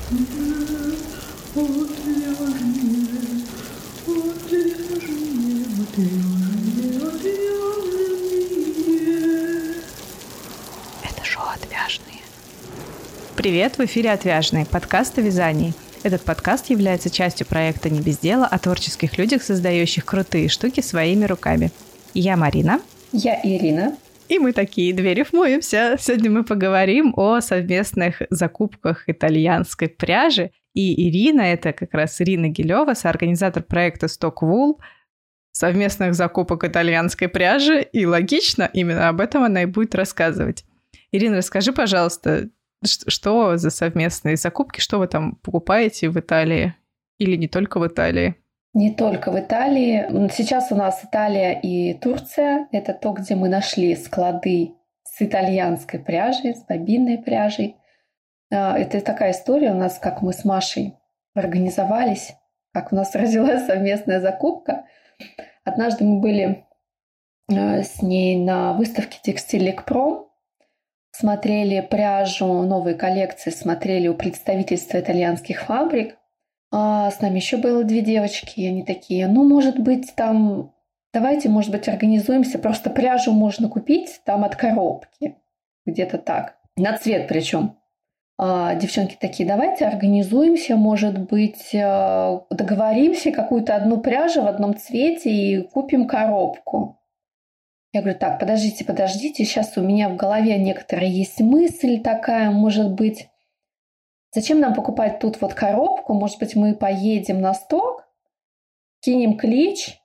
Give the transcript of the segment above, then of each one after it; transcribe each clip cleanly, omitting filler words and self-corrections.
Это шоу «Отвяжные». Привет, в эфире «Отвяжные», подкаст о вязании. Этот подкаст является частью проекта «Не без дела» о творческих людях, создающих крутые штуки своими руками. Я Марина. Я Ирина. И мы такие, две рифмуемся. Сегодня мы поговорим о совместных закупках итальянской пряжи. И Ирина, это как раз Ирина Гилева, соорганизатор проекта Stock Wool, совместных закупок итальянской пряжи. И логично, именно об этом она и будет рассказывать. Ирина, расскажи, пожалуйста, что за совместные закупки, что вы там покупаете в Италии или не только в Италии? Не только в Италии. Сейчас у нас Италия и Турция. Это то, где мы нашли склады с итальянской пряжей, с бобинной пряжей. Это такая история у нас, как мы с Машей организовались, как у нас родилась совместная закупка. Однажды мы были с ней на выставке «Текстиль-Лекпром», смотрели пряжу новой коллекции, смотрели у представительства итальянских фабрик. А с нами еще было две девочки, и они такие, может быть, там, давайте, может быть, организуемся, просто пряжу можно купить там от коробки, где-то так, на цвет причем. Девчонки такие, давайте организуемся, может быть, договоримся какую-то одну пряжу в одном цвете и купим коробку. Я говорю, так, подождите, сейчас у меня в голове некоторая есть мысль такая, может быть, зачем нам покупать тут вот коробку, может быть, мы поедем на сток, кинем клич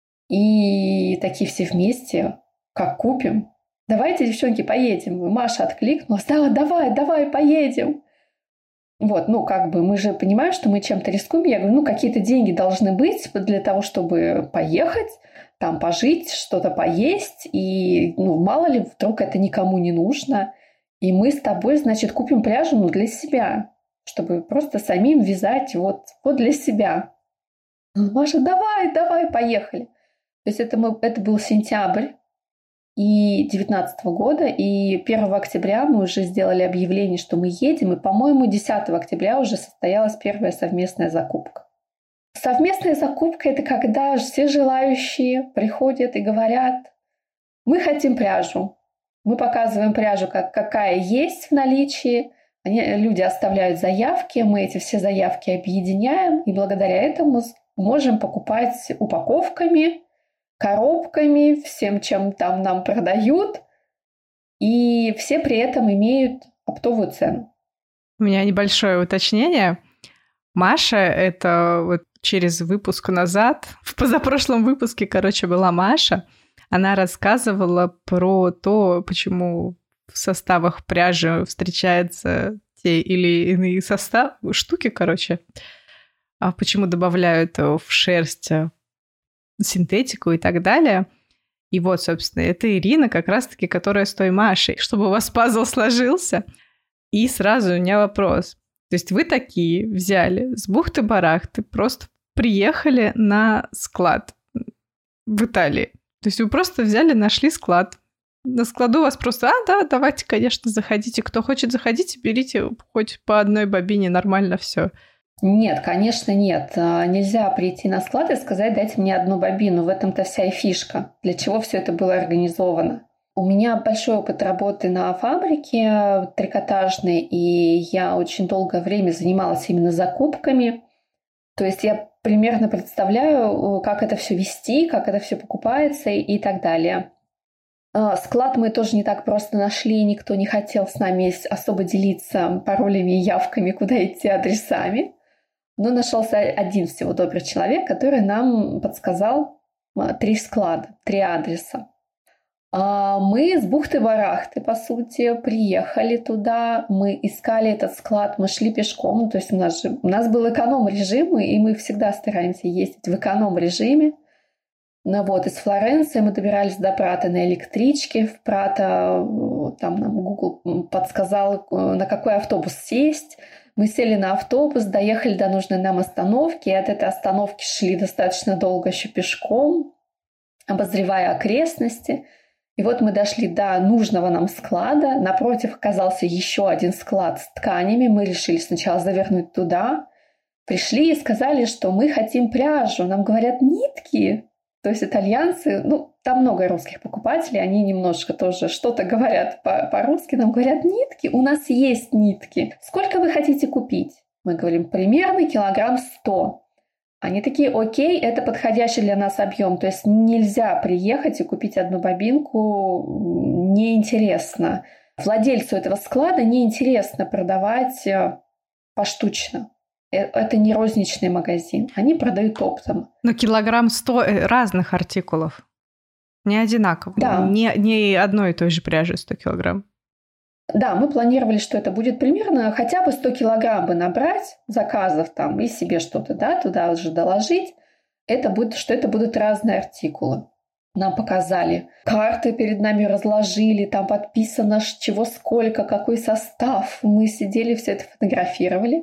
и такие все вместе, как купим. Давайте, девчонки, поедем. Маша откликнулась, да, давай, поедем. Вот, мы же понимаем, что мы чем-то рискуем. Я говорю, какие-то деньги должны быть для того, чтобы поехать, там пожить, что-то поесть. И, мало ли, вдруг это никому не нужно. И мы с тобой, значит, купим пряжу, для себя, чтобы просто самим вязать вот для себя. Маша, давай, поехали. То есть это был сентябрь и 2019 года, и 1 октября мы уже сделали объявление, что мы едем, и, по-моему, 10 октября уже состоялась первая совместная закупка. Совместная закупка – это когда все желающие приходят и говорят, мы хотим пряжу. Мы показываем пряжу, какая есть в наличии, люди оставляют заявки, мы эти все заявки объединяем, и благодаря этому можем покупать упаковками, коробками, всем, чем там нам продают, и все при этом имеют оптовую цену. У меня небольшое уточнение. Маша — это вот через выпуск назад, в позапрошлом выпуске, была Маша, она рассказывала про то, почему в составах пряжи встречаются те или иные штуки, а почему добавляют в шерсть синтетику и так далее. И вот, собственно, это Ирина как раз-таки, которая с той Машей, чтобы у вас пазл сложился. И сразу у меня вопрос. То есть вы такие взяли с бухты-барахты, просто приехали на склад в Италии. То есть вы просто взяли, нашли склад. На складу у вас просто, да, давайте, конечно, заходите. Кто хочет, заходите, берите хоть по одной бобине, нормально все. Нет, конечно, нет. Нельзя прийти на склад и сказать, дайте мне одну бобину. В этом-то вся и фишка. Для чего все это было организовано? У меня большой опыт работы на фабрике трикотажной, и я очень долгое время занималась именно закупками. То есть я примерно представляю, как это все вести, как это все покупается и так далее. Склад мы тоже не так просто нашли, никто не хотел с нами особо делиться паролями и явками, куда идти, адресами. Но нашелся один всего добрый человек, который нам подсказал 3 склада, 3 адреса. Мы с бухты-барахты, по сути, приехали туда, мы искали этот склад, мы шли пешком, то есть у нас был эконом-режим, и мы всегда стараемся ездить в эконом-режиме. Из Флоренции мы добирались до Прата на электричке. В Прата там нам Google подсказал, на какой автобус сесть. Мы сели на автобус, доехали до нужной нам остановки, и от этой остановки шли достаточно долго еще пешком, обозревая окрестности. И вот мы дошли до нужного нам склада. Напротив оказался еще один склад с тканями. Мы решили сначала завернуть туда. Пришли и сказали, что мы хотим пряжу. Нам говорят, нитки. То есть итальянцы, там много русских покупателей, они немножко тоже что-то говорят по-русски. Нам говорят, нитки, у нас есть нитки. Сколько вы хотите купить? Мы говорим, примерно 100 килограмм. Они такие, окей, это подходящий для нас объем. То есть нельзя приехать и купить одну бобинку, неинтересно. Владельцу этого склада неинтересно продавать поштучно. Это не розничный магазин. Они продают оптом. Но 100 килограмм разных артикулов. Не одинаково. Да. Не одной и той же пряжи 100 килограмм. Да, мы планировали, что это будет примерно хотя бы 100 килограмм бы набрать заказов там и себе что-то, туда же доложить. Это будут разные артикулы. Нам показали. Карты перед нами разложили, там подписано, чего сколько, какой состав. Мы сидели, все это фотографировали.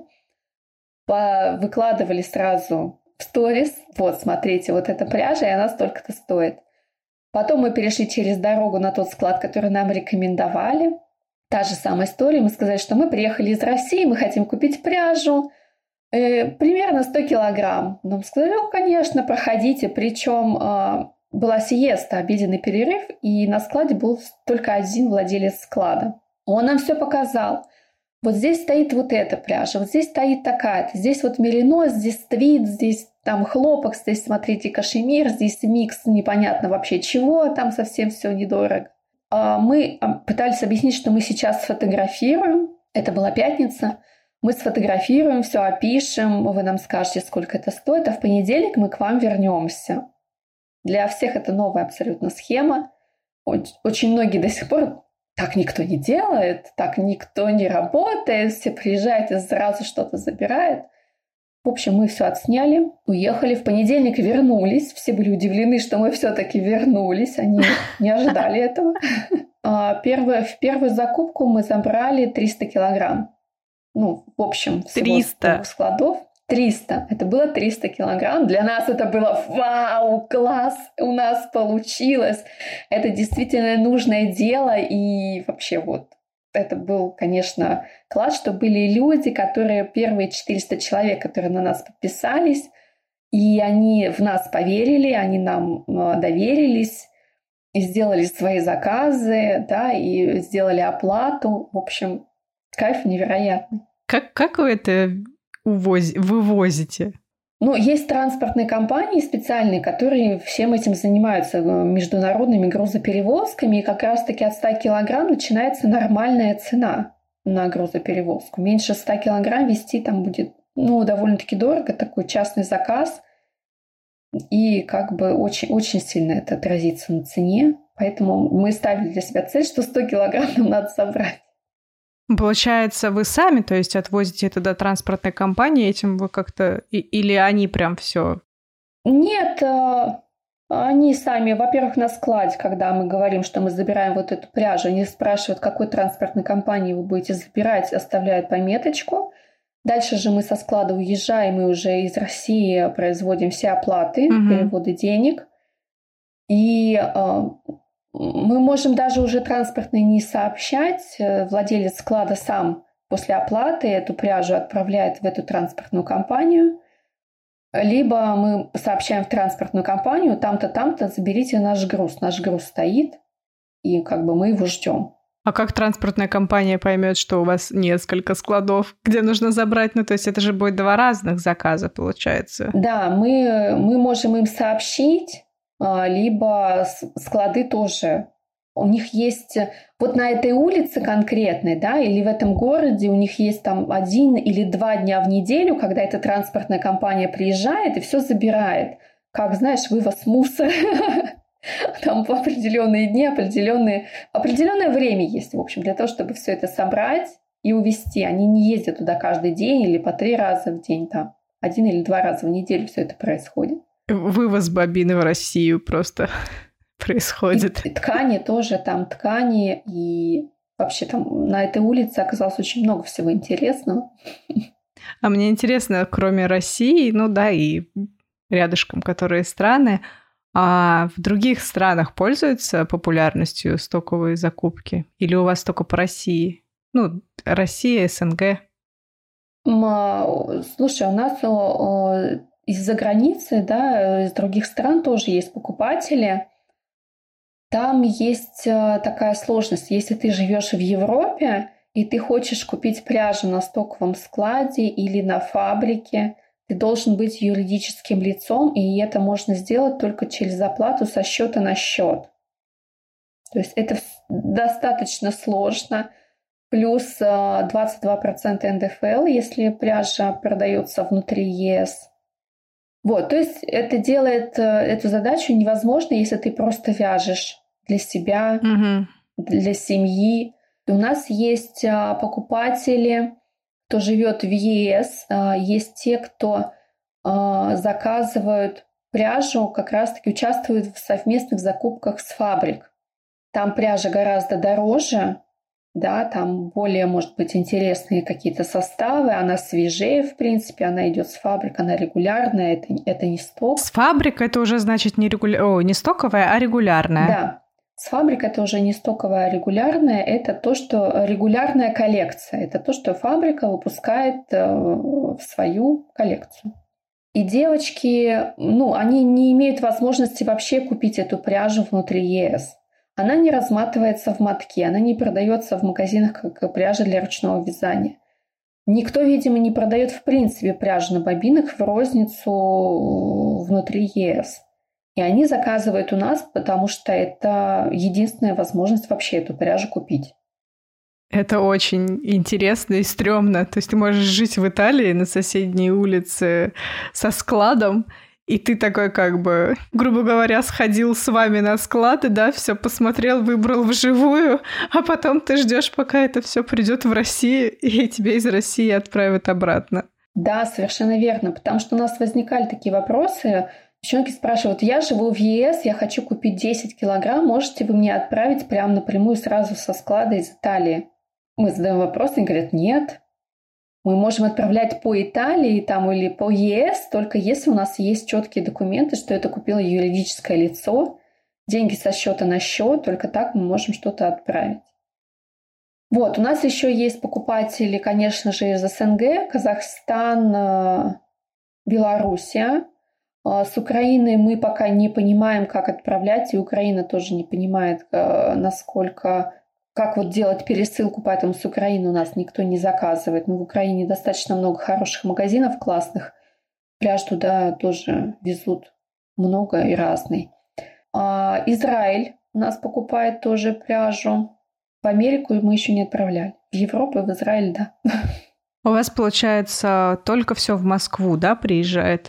Выкладывали сразу в сторис. Вот, смотрите, вот эта пряжа, и она столько-то стоит. Потом мы перешли через дорогу на тот склад, который нам рекомендовали. Та же самая история. Мы сказали, что мы приехали из России, мы хотим купить пряжу. Примерно 100 килограмм. Нам сказали, конечно, проходите. Причем была сиеста, обеденный перерыв, и на складе был только один владелец склада. Он нам все показал. Вот здесь стоит вот эта пряжа, вот здесь стоит такая-то, здесь вот мерино, здесь твид, здесь там хлопок, здесь, смотрите, кашемир, здесь микс непонятно вообще чего, там совсем все недорого. Мы пытались объяснить, что мы сейчас сфотографируем, это была пятница, мы сфотографируем, все опишем, вы нам скажете, сколько это стоит, а в понедельник мы к вам вернемся. Для всех это новая абсолютно схема. Очень многие до сих пор так никто не делает, так никто не работает, все приезжают и сразу что-то забирают. В общем, мы все отсняли, уехали, в понедельник вернулись. Все были удивлены, что мы все-таки вернулись, они не ожидали этого. В первую закупку мы забрали 300 килограмм. В общем, всего 300 складов. 300. Это было 300 килограмм. Для нас это было вау, класс, у нас получилось. Это действительно нужное дело. И вообще это был, конечно, класс, что были люди, которые первые 400 человек, которые на нас подписались, и они в нас поверили, они нам доверились и сделали свои заказы, да, и сделали оплату. В общем, кайф невероятный. Как вы это вывозите? Есть транспортные компании специальные, которые всем этим занимаются, международными грузоперевозками, и как раз-таки от 100 килограмм начинается нормальная цена на грузоперевозку. Меньше 100 килограмм везти там будет довольно-таки дорого, такой частный заказ, и очень, очень сильно это отразится на цене, поэтому мы ставили для себя цель, что 100 килограмм нам надо собрать. Получается, вы сами, то есть, отвозите это до транспортной компании, этим вы как-то... Или они прям все? Нет, они сами, во-первых, на складе, когда мы говорим, что мы забираем вот эту пряжу, они спрашивают, какой транспортной компании вы будете забирать, оставляют пометочку. Дальше же мы со склада уезжаем, и уже из России производим все оплаты, переводы денег. И мы можем даже уже транспортные не сообщать. Владелец склада сам после оплаты эту пряжу отправляет в эту транспортную компанию. Либо мы сообщаем в транспортную компанию, там-то, заберите наш груз. Наш груз стоит, и мы его ждем. А как транспортная компания поймет, что у вас несколько складов, где нужно забрать? То есть это же будет 2 разных заказа, получается. Да, мы можем им сообщить, либо склады тоже. У них есть вот на этой улице конкретной, да, или в этом городе у них есть там 1 или 2 дня в неделю, когда эта транспортная компания приезжает и все забирает. Как, знаешь, вывоз мусора. Там в определенные дни, определенное время есть, в общем, для того, чтобы все это собрать и увезти. Они не ездят туда каждый день или по 3 раза в день, там 1 или 2 раза в неделю все это происходит. Вывоз бобины в Россию просто происходит. И ткани тоже, там ткани, и вообще там на этой улице оказалось очень много всего интересного. А мне интересно, кроме России, и рядышком, которые страны, А в других странах пользуются популярностью стоковые закупки? Или у вас только по России? Ну, Россия, СНГ. Слушай, у нас из-за границы, да, из других стран тоже есть покупатели. Там есть такая сложность. Если ты живешь в Европе, и ты хочешь купить пряжу на стоковом складе или на фабрике, ты должен быть юридическим лицом, и это можно сделать только через оплату со счета на счет. То есть это достаточно сложно. Плюс 22% НДФЛ, если пряжа продается внутри ЕС. Вот, то есть это делает эту задачу невозможной, если ты просто вяжешь для себя, для семьи. У нас есть покупатели, кто живет в ЕС, есть те, кто заказывают пряжу, как раз-таки участвуют в совместных закупках с фабрик. Там пряжа гораздо дороже, да, там более, может быть, интересные какие-то составы, она свежее, в принципе, она идет с фабрик, она регулярная, это не сток. С фабрик это уже значит не стоковая, а регулярная. Да. С фабрик это уже не стоковая, а регулярная. Это то, что регулярная коллекция. Это то, что фабрика выпускает в свою коллекцию. И девочки, они не имеют возможности вообще купить эту пряжу внутри ЕС. Она не разматывается в мотке, она не продается в магазинах как пряжа для ручного вязания. Никто, видимо, не продает в принципе пряжу на бобинах в розницу внутри ЕС. И они заказывают у нас, потому что это единственная возможность вообще эту пряжу купить. Это очень интересно и стрёмно. То есть ты можешь жить в Италии на соседней улице со складом, и ты такой грубо говоря, сходил с вами на склад, и да, все посмотрел, выбрал вживую, а потом ты ждешь, пока это все придет в Россию, и тебя из России отправят обратно. Да, совершенно верно, потому что у нас возникали такие вопросы. Девчонки спрашивают: я живу в ЕС, я хочу купить 10 килограмм, можете вы мне отправить прямо напрямую сразу со склада из Италии? Мы задаем вопрос, они говорят: нет. Мы можем отправлять по Италии или по ЕС, только если у нас есть четкие документы, что это купило юридическое лицо, деньги со счета на счет, только так мы можем что-то отправить. Вот, у нас еще есть покупатели, конечно же, из СНГ, Казахстан, Белоруссия. С Украиной мы пока не понимаем, как отправлять, и Украина тоже не понимает, как делать пересылку, поэтому с Украины у нас никто не заказывает. Но в Украине достаточно много хороших магазинов классных. Пряжу туда тоже везут много и разный. Израиль у нас покупает тоже пряжу. В Америку мы еще не отправляли. В Европу и в Израиль, да. У вас, получается, только все в Москву, да, приезжает?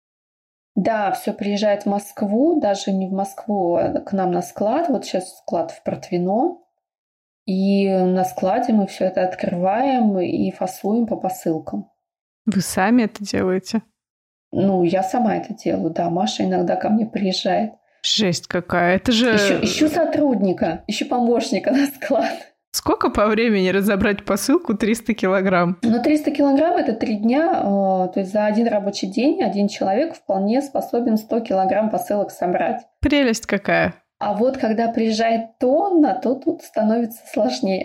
Да, все приезжает в Москву, даже не в Москву, а к нам на склад. Вот сейчас склад в Протвино. И на складе мы все это открываем и фасуем по посылкам. Вы сами это делаете? Я сама это делаю, да. Маша иногда ко мне приезжает. Жесть какая, это же... Ищу сотрудника, ищу помощника на склад. Сколько по времени разобрать посылку 300 килограмм? 300 килограмм – это 3 дня. То есть за один рабочий день один человек вполне способен 100 килограмм посылок собрать. Прелесть какая. А вот когда приезжает тонна, то тут становится сложнее.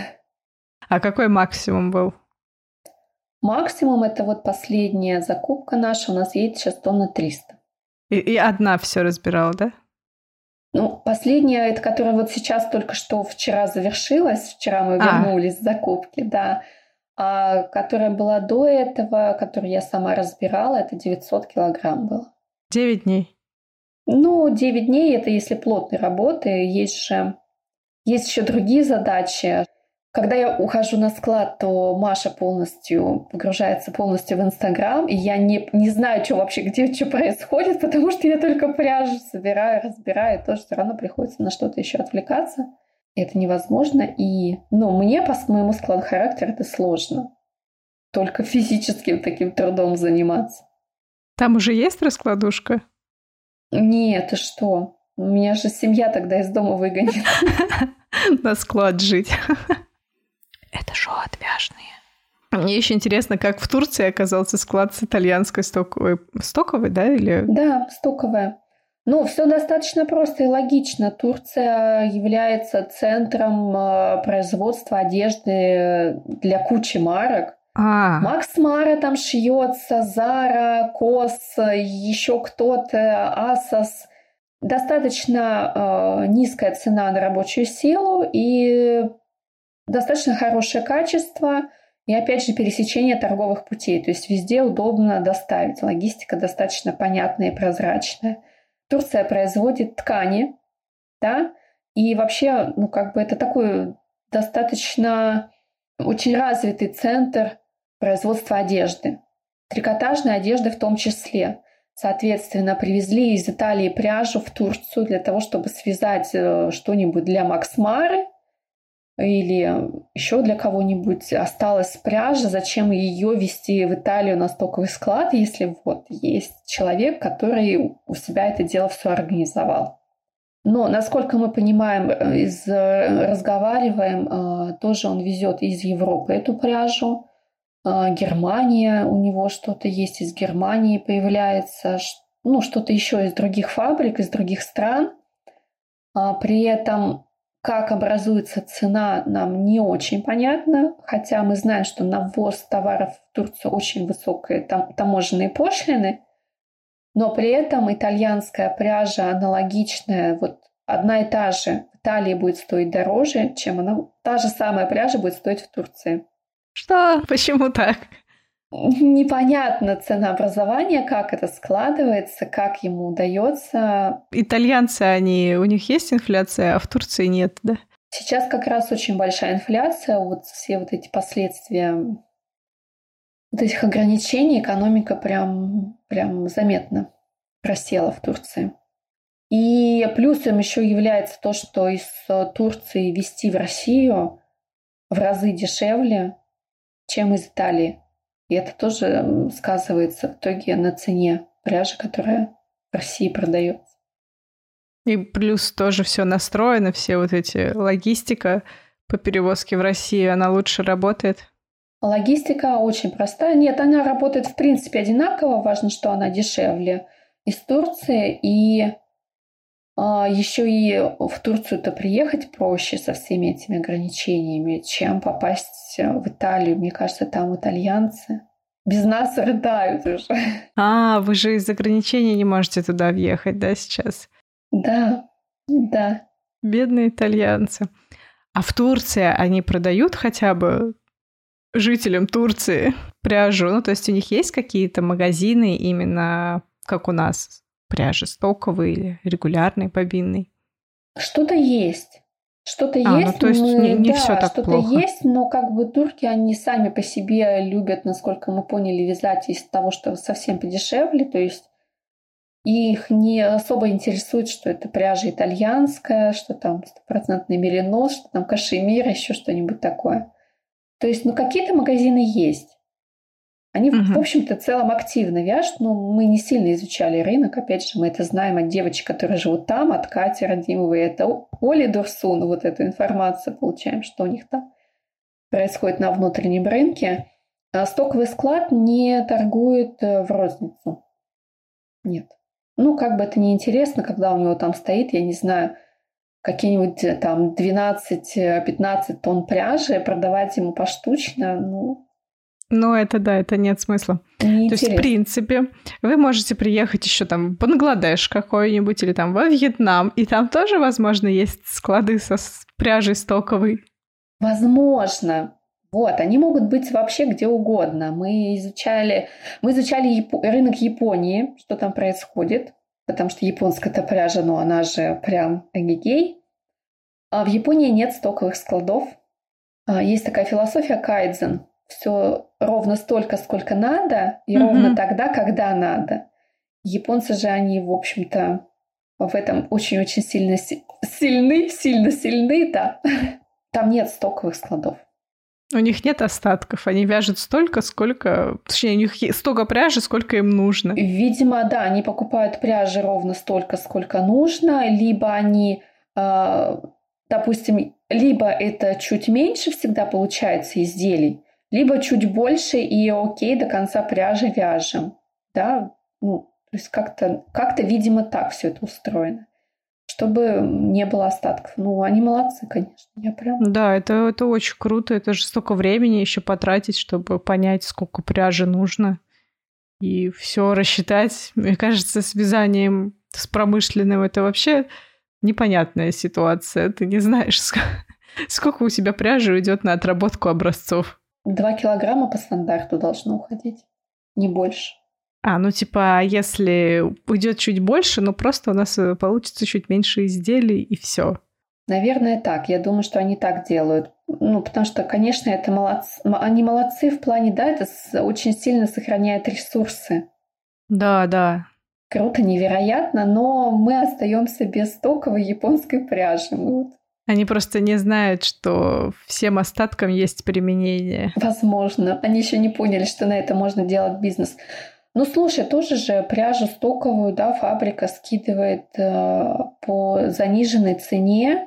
А какой максимум был? Максимум – это последняя закупка наша. У нас едет сейчас тонна 300. И одна все разбирала, да? Последняя, это которая сейчас только что вчера завершилась. Вчера мы вернулись с закупки, да. А которая была до этого, которую я сама разбирала, это 900 килограмм было. 9 дней? 9 дней – это если плотной работы. Есть еще другие задачи. Когда я ухожу на склад, то Маша погружается полностью в Инстаграм, и я не знаю, где что происходит, потому что я только пряжу собираю, разбираю, и тоже все равно приходится на что-то еще отвлекаться. Это невозможно. И мне по моему складу характера это сложно. Только физическим таким трудом заниматься. Там уже есть раскладушка? Нет, ты что? Меня же семья тогда из дома выгонит. На склад жить. Это шоу отвяжные. Мне еще интересно, как в Турции оказался склад с итальянской стоковой. Стоковой, да? Или... Да, стоковая. Ну, все достаточно просто и логично. Турция является центром производства одежды для кучи марок. Макс Мара там шьется, Зара, Кос, еще кто-то, Асос. Достаточно низкая цена на рабочую силу и достаточно хорошее качество. И опять же пересечение торговых путей. То есть везде удобно доставить. Логистика достаточно понятная и прозрачная. Турция производит ткани, да, и вообще, ну, как бы это такой достаточно очень развитый центр производства одежды, трикотажной одежды в том числе. Соответственно, привезли из Италии пряжу в Турцию для того, чтобы связать что-нибудь для Макс Мары или еще для кого-нибудь. Осталась пряжа, зачем ее везти в Италию на стоковый склад, если вот есть человек, который у себя это дело все организовал. Но, насколько мы понимаем, разговариваем, тоже он везет из Европы эту пряжу. Германия, у него что-то есть из Германии появляется, ну, что-то еще из других фабрик, из других стран. При этом, как образуется цена, нам не очень понятно, хотя мы знаем, что на ввоз товаров в Турцию очень высокие таможенные пошлины, но при этом итальянская пряжа аналогичная, вот одна и та же в Италии будет стоить дороже, чем та же самая пряжа будет стоить в Турции. Что? Почему так? Непонятно ценообразование, как это складывается, как ему удается. Итальянцы, у них есть инфляция, а в Турции нет, да? Сейчас как раз очень большая инфляция, вот все вот эти последствия вот этих ограничений, экономика прям заметно просела в Турции. И плюсом еще является то, что из Турции везти в Россию в разы дешевле, чем из Италии. И это тоже сказывается в итоге на цене пряжи, которая в России продается. И плюс тоже все настроено, все вот эти логистика по перевозке в Россию, она лучше работает? Логистика очень простая. Нет, она работает в принципе одинаково. Важно, что она дешевле из Турции. И еще и в Турцию-то приехать проще со всеми этими ограничениями, чем попасть в Италию. Мне кажется, там итальянцы без нас рыдают уже. Вы же из ограничений не можете туда въехать, да, сейчас? Да. Бедные итальянцы. А в Турции они продают хотя бы жителям Турции пряжу? Ну, то есть у них есть какие-то магазины именно как у нас? Пряжи стоковые или регулярные, бобинные? Что-то есть. Что-то есть. Ну, то есть не все так что-то плохо. есть, но как бы турки, они сами по себе любят, насколько мы поняли, вязать из того, что совсем подешевле. То есть их не особо интересует, что это пряжа итальянская, что там стопроцентный меринос, что там кашемир, еще что-нибудь такое. То есть, какие-то магазины есть. Они, в общем-то, в целом активно вяжут, но мы не сильно изучали рынок. Опять же, мы это знаем от девочек, которые живут там, от Кати Радимовой, это Оли Дурсун. Вот эту информацию получаем, что у них там происходит на внутреннем рынке. А стоковый склад не торгует в розницу. Нет. Как бы это неинтересно, когда у него там стоит, я не знаю, какие-нибудь там 12-15 тонн пряжи, продавать ему поштучно, это да, это нет смысла. То есть, в принципе, вы можете приехать еще там в Бангладеш какой-нибудь или там во Вьетнам, и там тоже, возможно, есть склады со пряжей стоковой. Возможно. Вот, они могут быть вообще где угодно. Мы изучали рынок Японии, что там происходит, потому что японская-то пряжа, она же прям эгегей. А в Японии нет стоковых складов. Есть такая философия кайдзен. Все ровно столько, сколько надо, и ровно тогда, когда надо. Японцы же, они, в общем-то, в этом очень-очень сильно сильны, да. Там нет стоковых складов. У них нет остатков, они вяжут столько, сколько... Точнее, у них столько пряжи, сколько им нужно. Видимо, да, они покупают пряжи ровно столько, сколько нужно, либо они, допустим, либо это чуть меньше всегда получается изделий, либо чуть больше, и окей, до конца пряжи вяжем. Да, то То есть как-то, видимо, так все это устроено, чтобы не было остатков. Ну, они молодцы, конечно. Я прям... Да, это очень круто. Это же столько времени еще потратить, чтобы понять, сколько пряжи нужно. И все рассчитать. Мне кажется, с вязанием с промышленным это вообще непонятная ситуация. Ты не знаешь, сколько у тебя пряжи уйдет на отработку образцов. 2 килограмма по стандарту должно уходить, не больше. Ну типа, если уйдет чуть больше, ну просто у нас получится чуть меньше изделий, и все. Наверное, так. Я думаю, что они так делают. Ну, потому что, конечно, это они молодцы в плане, да, это очень сильно сохраняет ресурсы. Да, да. Круто, невероятно, но мы остаемся без стоковой японской пряжи. Они просто не знают, что всем остаткам есть применение. Возможно. Они еще не поняли, что на это можно делать бизнес. Ну, слушай, тоже же пряжу стоковую, да, фабрика скидывает по заниженной цене.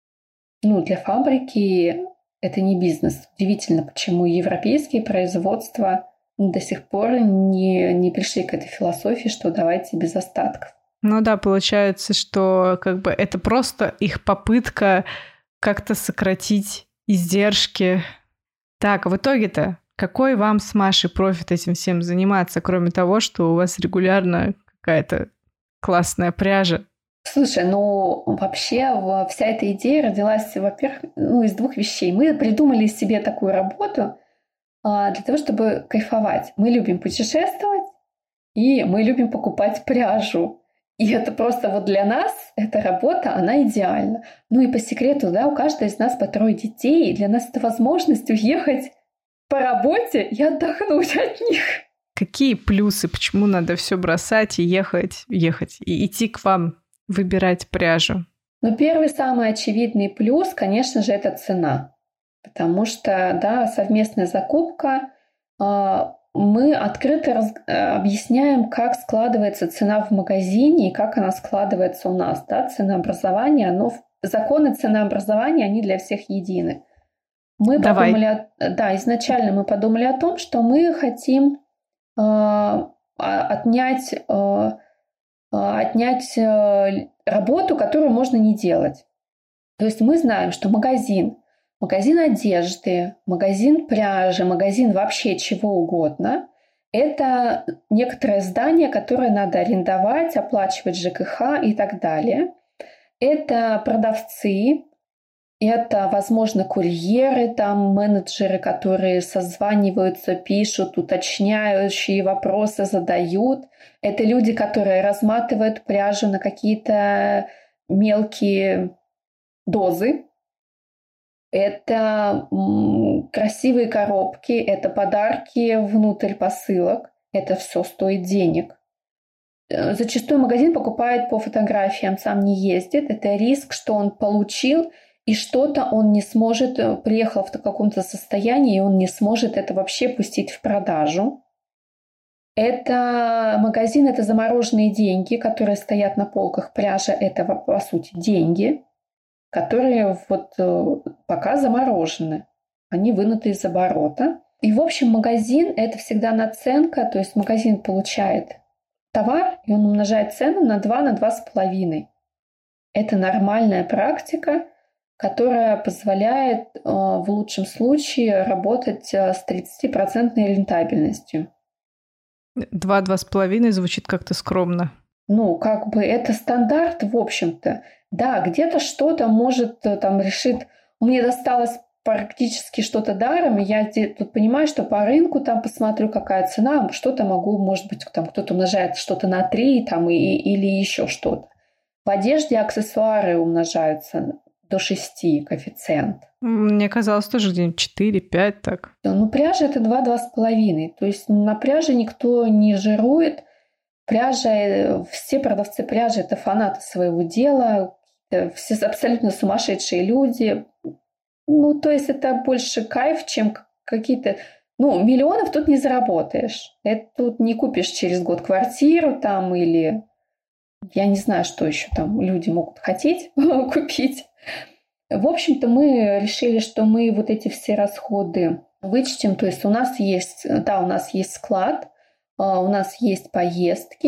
Ну, для фабрики это не бизнес. Удивительно, почему европейские производства до сих пор не пришли к этой философии, что давайте без остатков. Ну да, получается, что как бы это просто их попытка как-то сократить издержки. Так, а в итоге-то какой вам с Машей профит этим всем заниматься, кроме того, что у вас регулярно какая-то классная пряжа? Слушай, ну вообще вся эта идея родилась, во-первых, из 2 вещей. Мы придумали себе такую работу для того, чтобы кайфовать. Мы любим путешествовать, и мы любим покупать пряжу. И это просто вот для нас, эта работа, она идеальна. Ну и по секрету, да, у каждой из нас по 3 детей, и для нас это возможность уехать по работе и отдохнуть от них. Какие плюсы? Почему надо все бросать и ехать, и идти к вам выбирать пряжу? Ну, первый самый очевидный плюс, конечно же, это цена. Потому что, да, совместная закупка, мы открыто объясняем, как складывается цена в магазине и как она складывается у нас. Да? Ценообразование, законы ценообразования, они для всех едины. Изначально мы подумали о том, что мы хотим отнять работу, которую можно не делать. То есть мы знаем, что магазин одежды, магазин пряжи, магазин вообще чего угодно – это некоторое здание, которое надо арендовать, оплачивать ЖКХ и так далее. Это продавцы, это, возможно, курьеры, там, менеджеры, которые созваниваются, пишут, уточняющие вопросы задают. Это люди, которые разматывают пряжу на какие-то мелкие дозы. Это красивые коробки, это подарки внутрь посылок. Это все стоит денег. Зачастую магазин покупает по фотографиям, сам не ездит. Это риск, что он получил, и что-то он не сможет, приехал в каком-то состоянии, и он не сможет это вообще пустить в продажу. Это магазин, это замороженные деньги, которые стоят на полках. Пряжа – это, по сути, деньги, которые вот пока заморожены. Они вынуты из оборота. И, в общем, магазин – это всегда наценка, то есть магазин получает товар, и он умножает цену на 2, на 2,5. Это нормальная практика, которая позволяет в лучшем случае работать с 30% рентабельностью. 2-2,5 звучит как-то скромно. Это стандарт, в общем-то. Да, где-то что-то может там решит. Мне досталось практически что-то даром, и я тут понимаю, что по рынку там посмотрю, какая цена, что-то могу, может быть, там кто-то умножает что-то на 3 там, или еще что-то. В одежде аксессуары умножаются до 6 коэффициент. Мне казалось тоже где-нибудь 4-5 так. Пряжа это 2-2,5. То есть на пряже никто не жирует. Пряжа, все продавцы пряжи это фанаты своего дела, все абсолютно сумасшедшие люди. То есть это больше кайф, чем какие-то... миллионов тут не заработаешь. Это тут не купишь через год квартиру там или... Я не знаю, что еще там люди могут хотеть купить. В общем-то, мы решили, что мы вот эти все расходы вычтем. То есть у нас есть склад, у нас есть поездки,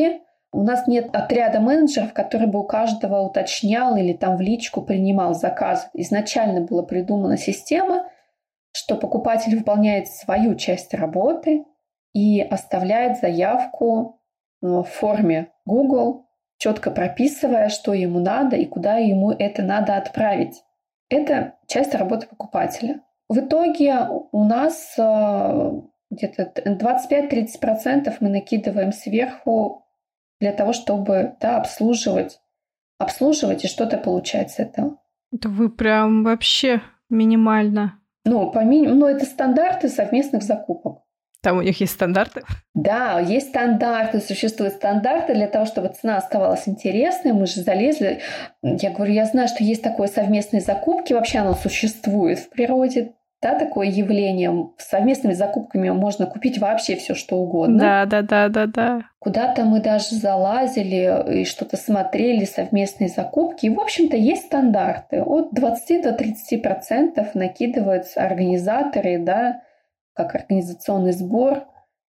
У нас нет отряда менеджеров, который бы у каждого уточнял или там в личку принимал заказ. Изначально была придумана система, что покупатель выполняет свою часть работы и оставляет заявку в форме Google, четко прописывая, что ему надо и куда ему это надо отправить. Это часть работы покупателя. В итоге у нас где-то 25-30% мы накидываем сверху для того, чтобы обслуживать и что-то получать с этого. Это вы прям вообще минимально. Это стандарты совместных закупок. Там у них есть стандарты? Да, есть стандарты, существуют стандарты для того, чтобы цена оставалась интересной. Мы же залезли. Я говорю, я знаю, что есть такое совместные закупки. Вообще оно существует в природе. Да, такое явление. С совместными закупками можно купить вообще все, что угодно. Да. Куда-то мы даже залазили и что-то смотрели, совместные закупки. И, в общем-то, есть стандарты. От 20 до 30% накидываются организаторы, да, как организационный сбор,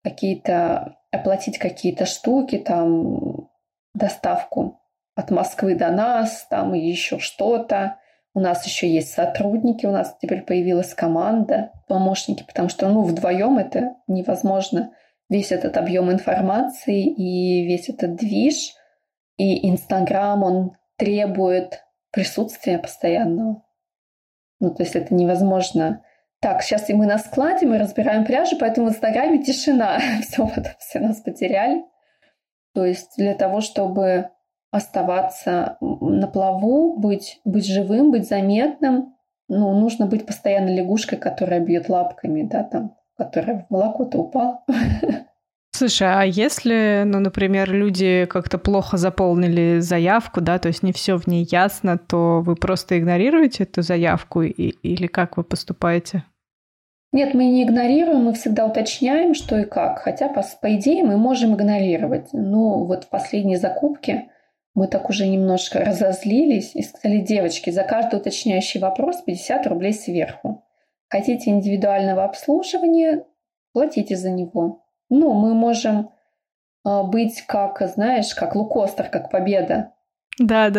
оплатить какие-то штуки, там, доставку от Москвы до нас, там, и еще что-то. У нас еще есть сотрудники, у нас теперь появилась команда, помощники, потому что, вдвоем это невозможно. Весь этот объем информации и весь этот движ, и Инстаграм, он требует присутствия постоянного. То есть это невозможно. Так, сейчас и мы на складе, мы разбираем пряжу, поэтому в Инстаграме тишина. Все нас потеряли. То есть для того, чтобы оставаться на плаву, быть живым, быть заметным, нужно быть постоянно лягушкой, которая бьет лапками, да, там, которая в молоко-то упала. Слушай, а если, например, люди как-то плохо заполнили заявку, да, то есть не все в ней ясно, то вы просто игнорируете эту заявку или как вы поступаете? Нет, мы не игнорируем, мы всегда уточняем, что и как. Хотя, по идее, мы можем игнорировать. В последней закупке мы так уже немножко разозлились и сказали: девочки, за каждый уточняющий вопрос 50 рублей сверху. Хотите индивидуального обслуживания, платите за него. Мы можем быть как лукостер, как победа. Да.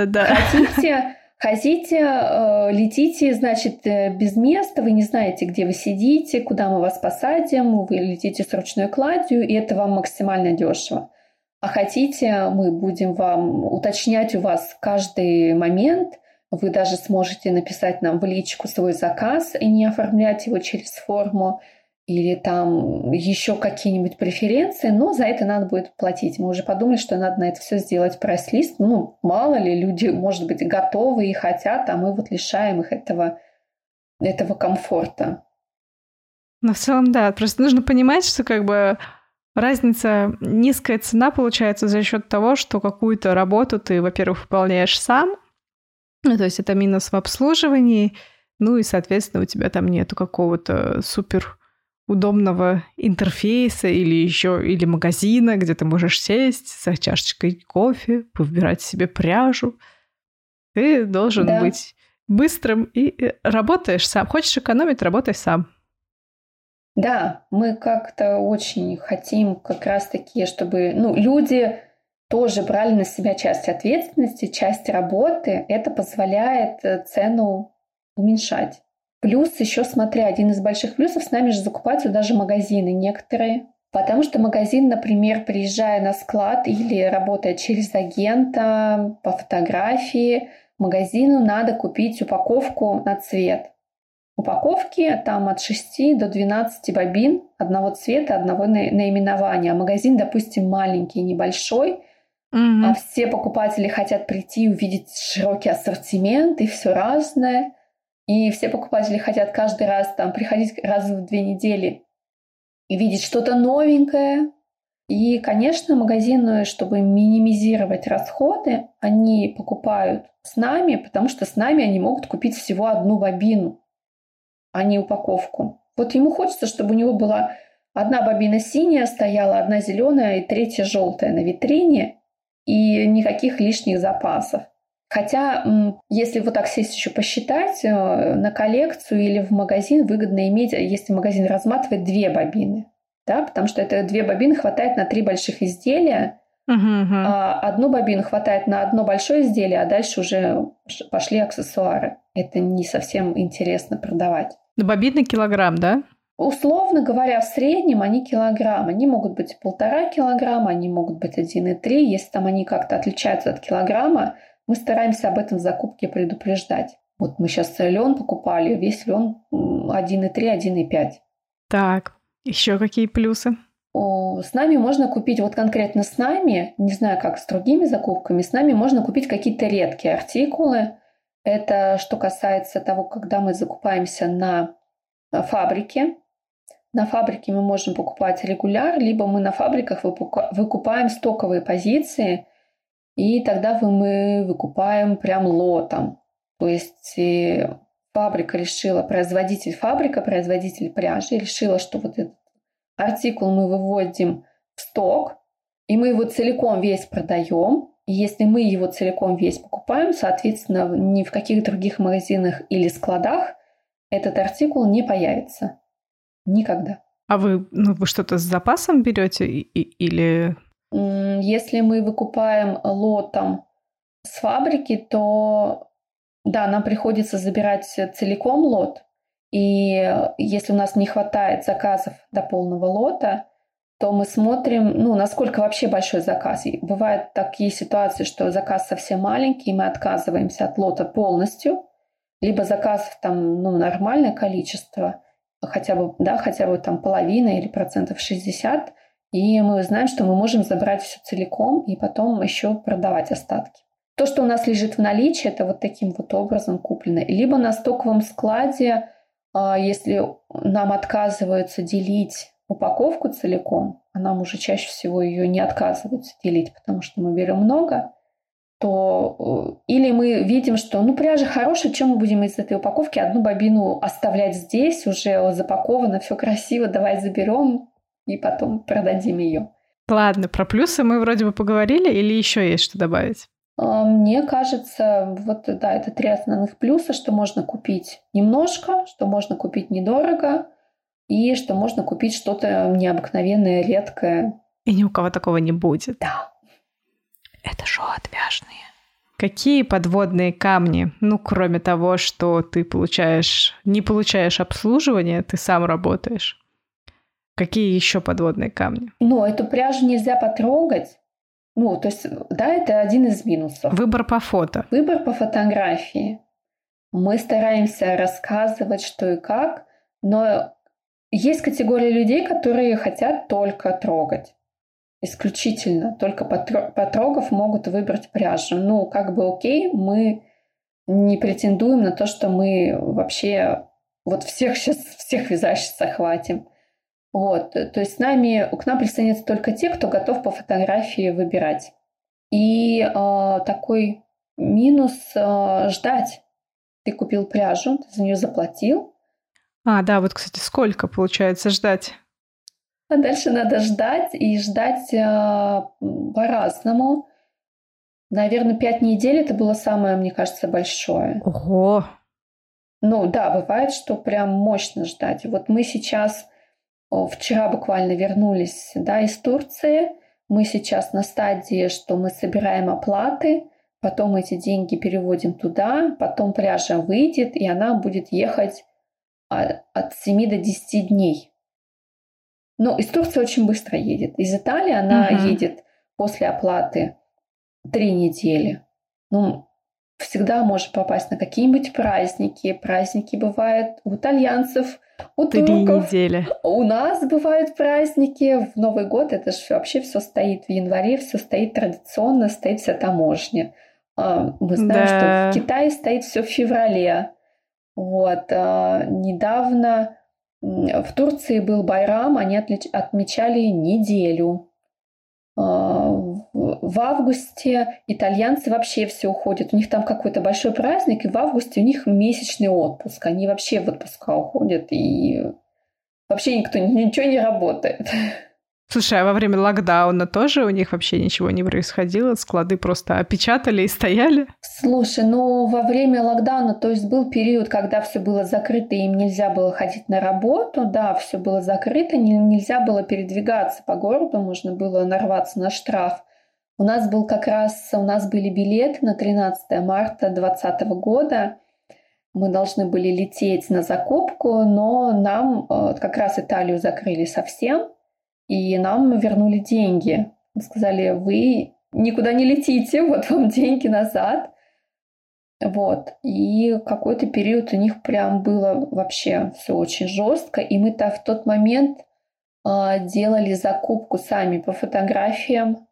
Хотите, летите, значит, без места, вы не знаете, где вы сидите, куда мы вас посадим, вы летите с ручной кладью, и это вам максимально дешево. А хотите, мы будем вам уточнять у вас каждый момент, вы даже сможете написать нам в личку свой заказ и не оформлять его через форму, или там еще какие-нибудь преференции, но за это надо будет платить. Мы уже подумали, что надо на это все сделать прайс-лист. Мало ли, люди, может быть, готовы и хотят, а мы лишаем их этого комфорта. В целом, да. Просто нужно понимать, что разница, низкая цена получается за счет того, что какую-то работу ты, во-первых, выполняешь сам, то есть это минус в обслуживании, и, соответственно, у тебя там нету какого-то супер удобного интерфейса или магазина, где ты можешь сесть за чашечкой кофе, выбирать себе пряжу. Ты должен быть быстрым и работаешь сам. Хочешь экономить — работай сам. Да, мы как-то очень хотим как раз-таки, чтобы люди тоже брали на себя часть ответственности, часть работы. Это позволяет цену уменьшать. Плюс еще, смотри, один из больших плюсов, с нами же закупаются даже магазины некоторые. Потому что магазин, например, приезжая на склад или работая через агента по фотографии, магазину надо купить упаковку на цвет. Упаковки там от 6 до 12 бобин одного цвета, одного наименования. А магазин, допустим, маленький, небольшой, а все покупатели хотят прийти и увидеть широкий ассортимент и все разное. И все покупатели хотят каждый раз приходить раз в 2 недели и видеть что-то новенькое. И, конечно, магазины, чтобы минимизировать расходы, они покупают с нами, потому что с нами они могут купить всего одну бобину, а не упаковку. Ему хочется, чтобы у него была одна бобина синяя стояла, одна зеленая и третья желтая на витрине, и никаких лишних запасов. Хотя, если так сесть еще посчитать, на коллекцию или в магазин выгодно иметь, если магазин разматывает, 2 бобины. Да? Потому что это 2 бобины хватает на 3 больших изделия, Одну бобину хватает на одно большое изделие, а дальше уже пошли аксессуары. Это не совсем интересно продавать. Бобины килограмм, да? Условно говоря, в среднем они килограмм. Они могут быть 1,5 килограмма, они могут быть 1,3. Если там они как-то отличаются от килограмма, мы стараемся об этом в закупке предупреждать. Вот мы сейчас лен покупали, весь лен 1,3, 1,5. Так, еще какие плюсы? С нами можно купить, вот конкретно с нами, не знаю, как с другими закупками, с нами можно купить какие-то редкие артикулы. Это что касается того, когда мы закупаемся на фабрике. На фабрике мы можем покупать регуляр, либо мы на фабриках выкупаем стоковые позиции, и тогда мы выкупаем прям лотом. То есть фабрика, производитель пряжи решила, что вот этот артикул мы выводим в сток, и мы его целиком весь продаем. И если мы его целиком весь покупаем, соответственно, ни в каких других магазинах или складах этот артикул не появится. Никогда. А вы что-то с запасом берете или... Если мы выкупаем лотом с фабрики, то да, нам приходится забирать целиком лот. И если у нас не хватает заказов до полного лота, то мы смотрим, насколько вообще большой заказ. И бывают такие ситуации, что заказ совсем маленький, и мы отказываемся от лота полностью, либо заказов там нормальное количество, хотя бы там половина или 60%, и мы знаем, что мы можем забрать все целиком и потом еще продавать остатки. То, что у нас лежит в наличии, это вот таким вот образом куплено. Либо на стоковом складе, если нам отказываются делить упаковку целиком, а нам уже чаще всего ее не отказываются делить, потому что мы берем много, то или мы видим, что пряжа хорошая, чем мы будем из этой упаковки одну бобину оставлять здесь, уже запаковано, все красиво, давай заберем и потом продадим ее. Ладно, про плюсы мы вроде бы поговорили, или еще есть что добавить? Мне кажется, это 3 основных плюса, что можно купить немножко, что можно купить недорого, и что можно купить что-то необыкновенное, редкое. И ни у кого такого не будет. Да. Это шоу «Отвяжные». Какие подводные камни, кроме того, что ты не получаешь обслуживание, ты сам работаешь? Какие еще подводные камни? Эту пряжу нельзя потрогать. Это один из минусов. Выбор по фото. Выбор по фотографии. Мы стараемся рассказывать, что и как, но есть категория людей, которые хотят только трогать. Исключительно. Только потрогав, могут выбрать пряжу. Окей, мы не претендуем на то, что мы вообще всех вязальщиц захватим. То есть к нам присоединятся только те, кто готов по фотографии выбирать. И такой минус ждать. Ты купил пряжу, ты за нее заплатил. Кстати, сколько получается ждать? А дальше надо ждать, и ждать по-разному. Наверное, 5 недель это было самое, мне кажется, большое. Ого! Бывает, что прям мощно ждать. Мы сейчас... Вчера буквально вернулись из Турции. Мы сейчас на стадии, что мы собираем оплаты, потом эти деньги переводим туда, потом пряжа выйдет, и она будет ехать от 7 до 10 дней. Из Турции очень быстро едет. Из Италии она едет после оплаты 3 недели. Всегда можешь попасть на какие-нибудь праздники. Праздники бывают у итальянцев, у турков. 3 недели. У нас бывают праздники. В Новый год это же вообще все стоит в январе, все стоит традиционно, стоит вся таможня. Мы знаем, что в Китае стоит все в феврале. Недавно в Турции был Байрам, они отмечали неделю. В августе итальянцы вообще все уходят. У них там какой-то большой праздник, и в августе у них месячный отпуск. Они вообще в отпуска уходят, и вообще ничего не работает. Слушай, а во время локдауна тоже у них вообще ничего не происходило? Склады просто опечатали и стояли? Слушай, во время локдауна, то есть был период, когда все было закрыто, и им нельзя было ходить на работу, да, все было закрыто, нельзя было передвигаться по городу, можно было нарваться на штраф. У нас были билеты на 13 марта 2020 года. Мы должны были лететь на закупку, но нам как раз Италию закрыли совсем, и нам вернули деньги. Сказали, вы никуда не летите, вот вам деньги назад. Вот. И какой-то период у них прям было вообще все очень жестко. И мы-то в тот момент делали закупку сами по фотографиям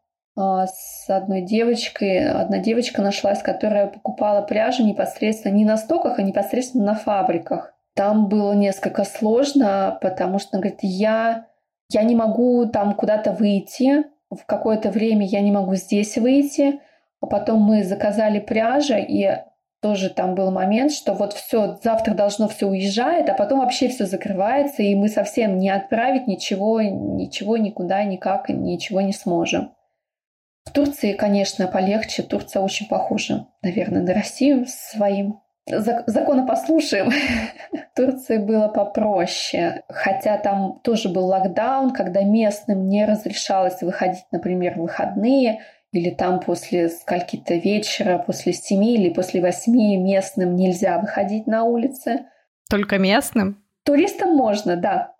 с одной девочкой. Одна девочка нашлась, которая покупала пряжу непосредственно не на стоках, а непосредственно на фабриках. Там было несколько сложно, потому что она говорит, я не могу там куда-то выйти, в какое-то время я не могу здесь выйти. А потом мы заказали пряжу, и тоже там был момент, что вот все, завтра должно все уезжает, а потом вообще все закрывается, и мы совсем не отправить ничего никуда, никак, ничего не сможем. В Турции, конечно, полегче. Турция очень похожа, наверное, на Россию своим законопослушием. В Турции было попроще. Хотя там тоже был локдаун, когда местным не разрешалось выходить, например, в выходные, или там после скольки-то вечера, после 7 или после 8 местным нельзя выходить на улицы. Только местным? Туристам можно, да.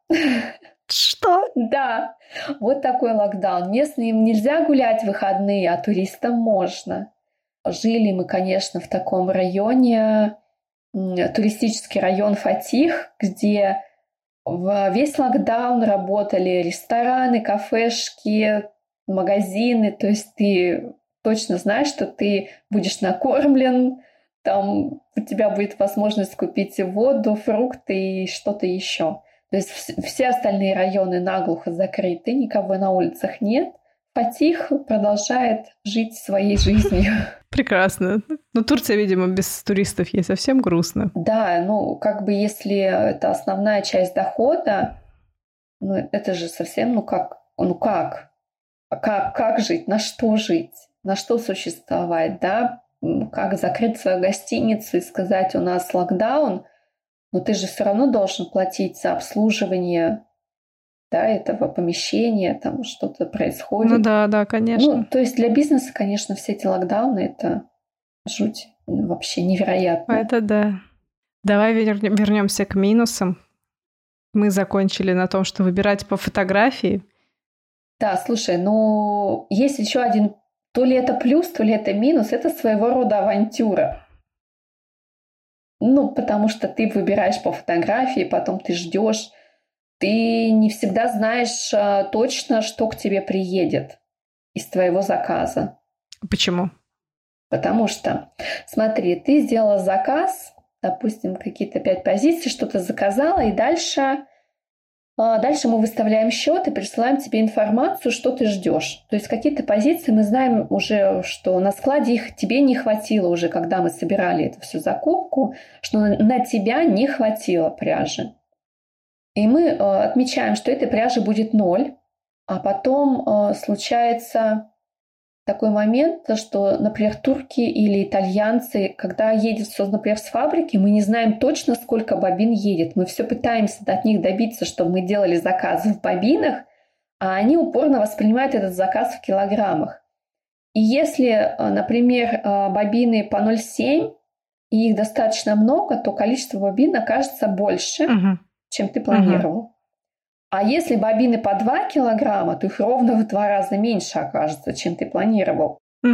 Что? Да, вот такой локдаун. Местным нельзя гулять в выходные, а туристам можно. Жили мы, конечно, в таком районе, туристический район Фатих, где весь локдаун работали рестораны, кафешки, магазины. То есть ты точно знаешь, что ты будешь накормлен, там у тебя будет возможность купить воду, фрукты и что-то еще. То есть все остальные районы наглухо закрыты, никого на улицах нет. Фатих продолжает жить своей жизнью. Прекрасно. Но Турция, видимо, без туристов ей совсем грустно. Да, если это основная часть дохода, это же совсем, как жить, на что жить, на что существовать, да? Как закрыть свою гостиницу и сказать, у нас локдаун, но ты же все равно должен платить за обслуживание, да, этого помещения, там что-то происходит. Ну да, конечно. То есть для бизнеса, конечно, все эти локдауны — это жуть, вообще невероятно. Это да. Давай вернемся к минусам. Мы закончили на том, что выбирать по фотографии. Да, слушай, есть еще один, то ли это плюс, то ли это минус, это своего рода авантюра. Потому что ты выбираешь по фотографии, потом ты ждешь. Ты не всегда знаешь точно, что к тебе приедет из твоего заказа. Почему? Потому что, смотри, ты сделала заказ, допустим, какие-то 5 позиций, что-то заказала, и дальше мы выставляем счет и присылаем тебе информацию, что ты ждешь. То есть какие-то позиции мы знаем уже, что на складе их тебе не хватило уже, когда мы собирали эту всю закупку, что на тебя не хватило пряжи. И мы отмечаем, что этой пряжи будет 0, а потом случается такой момент, что, например, турки или итальянцы, когда едет все, например, с фабрики, мы не знаем точно, сколько бобин едет. Мы все пытаемся от них добиться, чтобы мы делали заказы в бобинах, а они упорно воспринимают этот заказ в килограммах. И если, например, бобины по 0,7, и их достаточно много, то количество бобин окажется больше, чем ты планировал. А если бобины по 2 килограмма, то их ровно в 2 раза меньше окажется, чем ты планировал.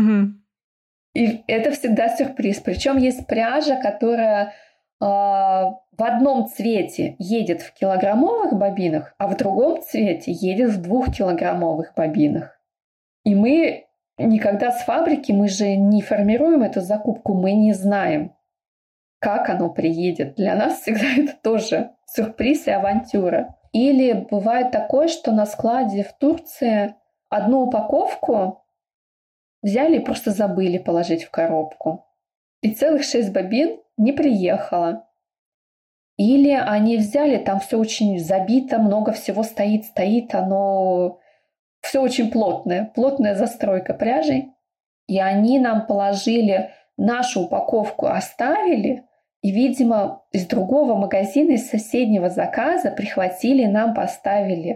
И это всегда сюрприз. Причем есть пряжа, которая в одном цвете едет в килограммовых бобинах, а в другом цвете едет в 2-килограммовых бобинах. И мы никогда с фабрики, мы же не формируем эту закупку, мы не знаем, как оно приедет. Для нас всегда это тоже сюрприз и авантюра. Или бывает такое, что на складе в Турции одну упаковку взяли и просто забыли положить в коробку. И целых 6 бобин не приехало. Или они взяли, там все очень забито, много всего стоит, оно все очень плотная застройка пряжей. И они нам положили, нашу упаковку оставили, и, видимо, из другого магазина, из соседнего заказа прихватили, нам поставили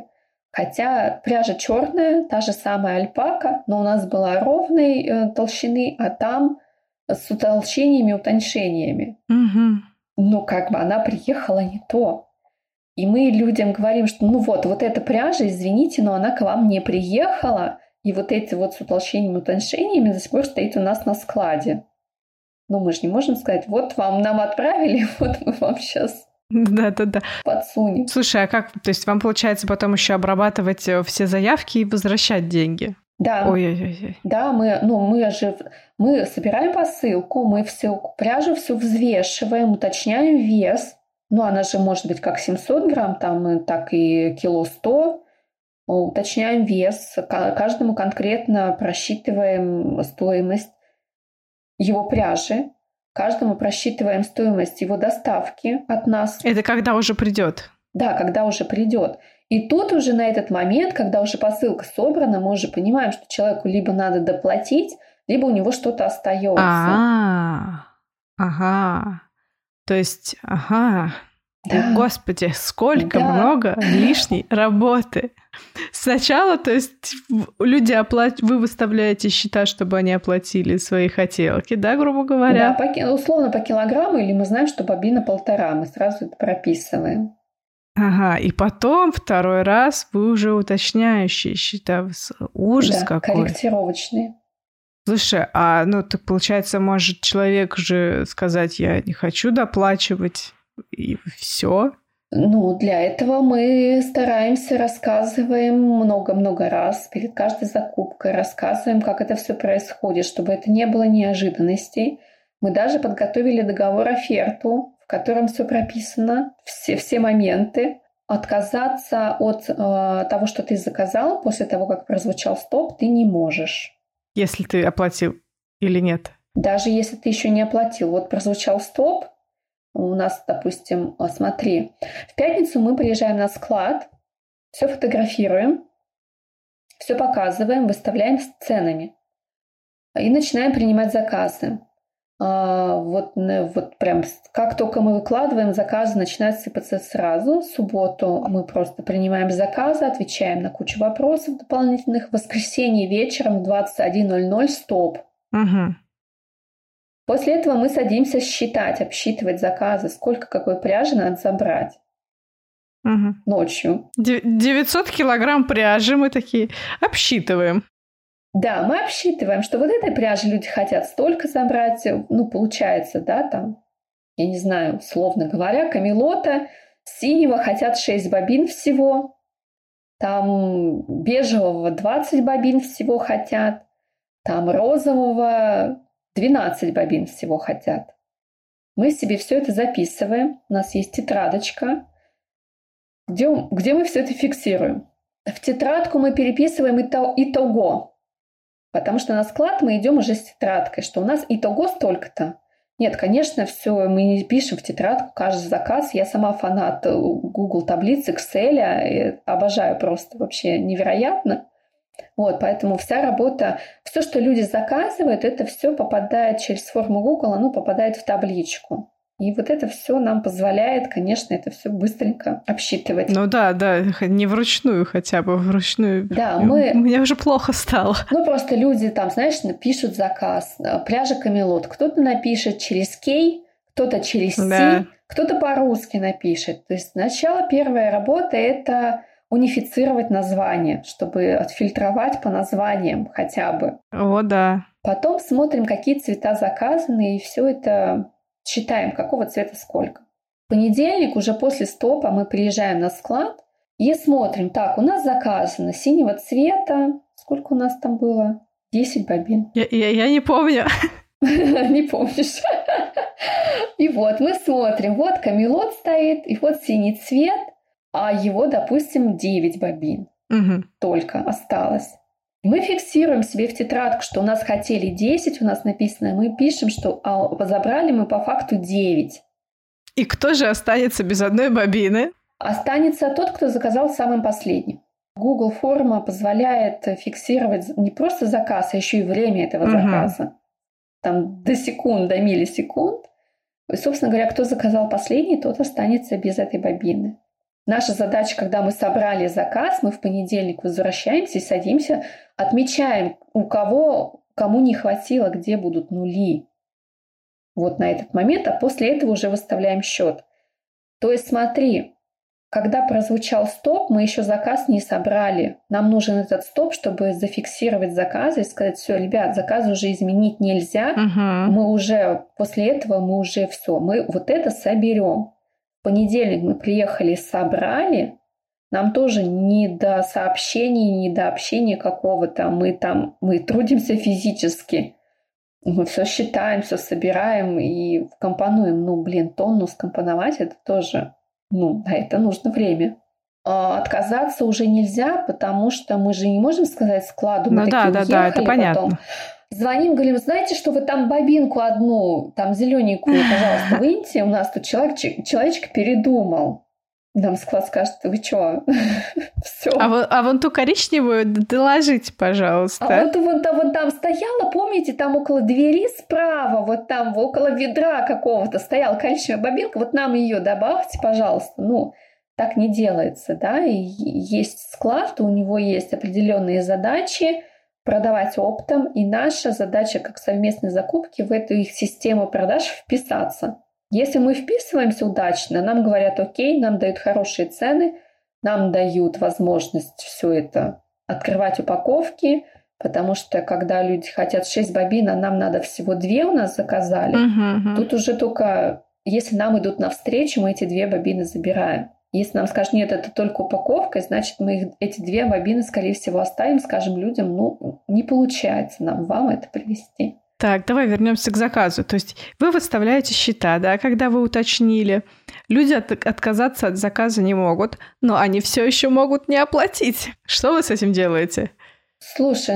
Хотя пряжа черная, та же самая альпака, но у нас была ровной толщины, а там с утолщениями, утоньшениями. Ну, как бы она приехала не то. И мы людям говорим, что ну вот эта пряжа, извините, но она к вам не приехала, и вот эти вот с утолщениями, утоньшениями до сих пор стоит у нас на складе. Но мы же не можем сказать, вот нам отправили, вот мы вам сейчас подсунем. Слушай, а как, то есть вам получается потом еще обрабатывать все заявки и возвращать деньги? Да. Ой-ой-ой. Да, мы собираем посылку, мы пряжу всю взвешиваем, уточняем вес. Ну, она же может быть как 700 грамм, там, так и кило 100. Уточняем вес, каждому конкретно просчитываем стоимость его пряжи, каждому просчитываем стоимость его доставки от нас. Это когда уже придет? Да, когда уже придет. И тут уже на этот момент, когда уже посылка собрана, мы уже понимаем, что человеку либо надо доплатить, либо у него что-то остается. Ага. То есть, Да. О, Господи, сколько много лишней работы. Сначала, то есть, люди вы выставляете счета, чтобы они оплатили свои хотелки, да, грубо говоря? Да, условно по килограмму, или мы знаем, что бобина 1,5, мы сразу это прописываем. Ага, и потом второй раз вы уже уточняющие счета. Ужас какой. Корректировочные. Слушай, так получается, может человек же сказать, я не хочу доплачивать, и все? Ну, для этого мы стараемся, рассказываем много-много раз перед каждой закупкой, рассказываем, как это все происходит, чтобы это не было неожиданностей. Мы даже подготовили договор-оферту, в котором все прописано, все моменты. Отказаться от того, что ты заказал, после того, как прозвучал стоп, ты не можешь. Если ты оплатил или нет? Даже если ты еще не оплатил. Вот прозвучал стоп, у нас, допустим, смотри, в пятницу мы приезжаем на склад, все фотографируем, все показываем, выставляем с ценами и начинаем принимать заказы. Вот прям как только мы выкладываем, заказы начинают сыпаться сразу. В субботу мы просто принимаем заказы, отвечаем на кучу вопросов дополнительных. В воскресенье вечером в 21:00 стоп. Угу. После этого мы садимся считать, обсчитывать заказы, сколько какой пряжи надо забрать. Ночью. 900 килограмм пряжи мы такие обсчитываем. Да, мы обсчитываем, что вот этой пряжи люди хотят столько забрать. Ну, получается, да, там, я не знаю, условно говоря, камелота синего хотят 6 бобин всего. Там бежевого 20 бобин всего хотят. Там розового 12 бобин всего хотят. Мы себе все это записываем. У нас есть тетрадочка, где мы все это фиксируем. В тетрадку мы переписываем итого. Потому что на склад мы идем уже с тетрадкой, что у нас итого столько-то. Нет, конечно, все мы не пишем в тетрадку каждый заказ. Я сама фанат Google таблиц, Excel, обожаю просто вообще невероятно. Вот, поэтому вся работа, все, что люди заказывают, это все попадает через форму Google, оно попадает в табличку. И вот это все нам позволяет, конечно, это все быстренько обсчитывать. Ну да, не вручную хотя бы, вручную. Да, мне уже плохо стало. Ну просто люди там, знаешь, пишут заказ, пряжа камелот. Кто-то напишет через кей, кто-то через си, кто-то по-русски напишет. То есть сначала первая работа – это унифицировать название, чтобы отфильтровать по названиям хотя бы. О, да. Потом смотрим, какие цвета заказаны, и все это считаем, какого цвета сколько. В понедельник уже после стопа мы приезжаем на склад и смотрим. Так, у нас заказано синего цвета. Сколько у нас там было? 10 бобин. Я не помню. Не помнишь. И вот мы смотрим. Вот камелот стоит, и вот синий цвет, а его, допустим, 9 бобин. Только осталось. Мы фиксируем себе в тетрадку, что у нас хотели 10, у нас написано, мы пишем, что забрали мы по факту 9. И кто же останется без одной бобины? Останется тот, кто заказал самым последним. Google форма позволяет фиксировать не просто заказ, а еще и время этого заказа. Там до секунд, до миллисекунд. И, собственно говоря, кто заказал последний, тот останется без этой бобины. Наша задача, когда мы собрали заказ, мы в понедельник возвращаемся и садимся, отмечаем, кому не хватило, где будут нули. Вот на этот момент, а после этого уже выставляем счет. То есть смотри, когда прозвучал стоп, мы еще заказ не собрали. Нам нужен этот стоп, чтобы зафиксировать заказы и сказать: все, ребят, заказ уже изменить нельзя. Мы уже после этого мы уже все, мы вот это соберем. В понедельник мы приехали, собрали. Нам тоже не до сообщений, не до общения какого-то. Мы трудимся физически. Мы все считаем, все собираем и компонуем. Тонну скомпоновать это тоже, на это нужно время. Отказаться уже нельзя, потому что мы же не можем сказать складу, мы такие уехали, это понятно. Потом звоним, говорим: знаете, что вы там бобинку одну, там зелененькую, пожалуйста, выньте, у нас тут человечек передумал. Нам склад скажет: вы что? Все. А вон ту коричневую доложите, пожалуйста. А вот там стояла, помните, там около двери справа, вот там около ведра какого-то стояла коричневая бобинка, вот нам ее добавьте, пожалуйста. Так не делается, да, и есть склад, у него есть определенные задачи продавать оптом, и наша задача как совместной закупки в эту их систему продаж вписаться. Если мы вписываемся удачно, нам говорят: окей, нам дают хорошие цены, нам дают возможность все это открывать упаковки, потому что когда люди хотят 6 бобин, а нам надо всего 2 у нас заказали, тут уже только, если нам идут навстречу, мы эти 2 бобины забираем. Если нам скажут: нет, это только упаковка, значит, мы эти 2 бобины, скорее всего, оставим, скажем людям: не получается нам вам это привезти. Так, давай вернемся к заказу. То есть вы выставляете счета, да, когда вы уточнили. Люди отказаться от заказа не могут, но они все еще могут не оплатить. Что вы с этим делаете? Слушай,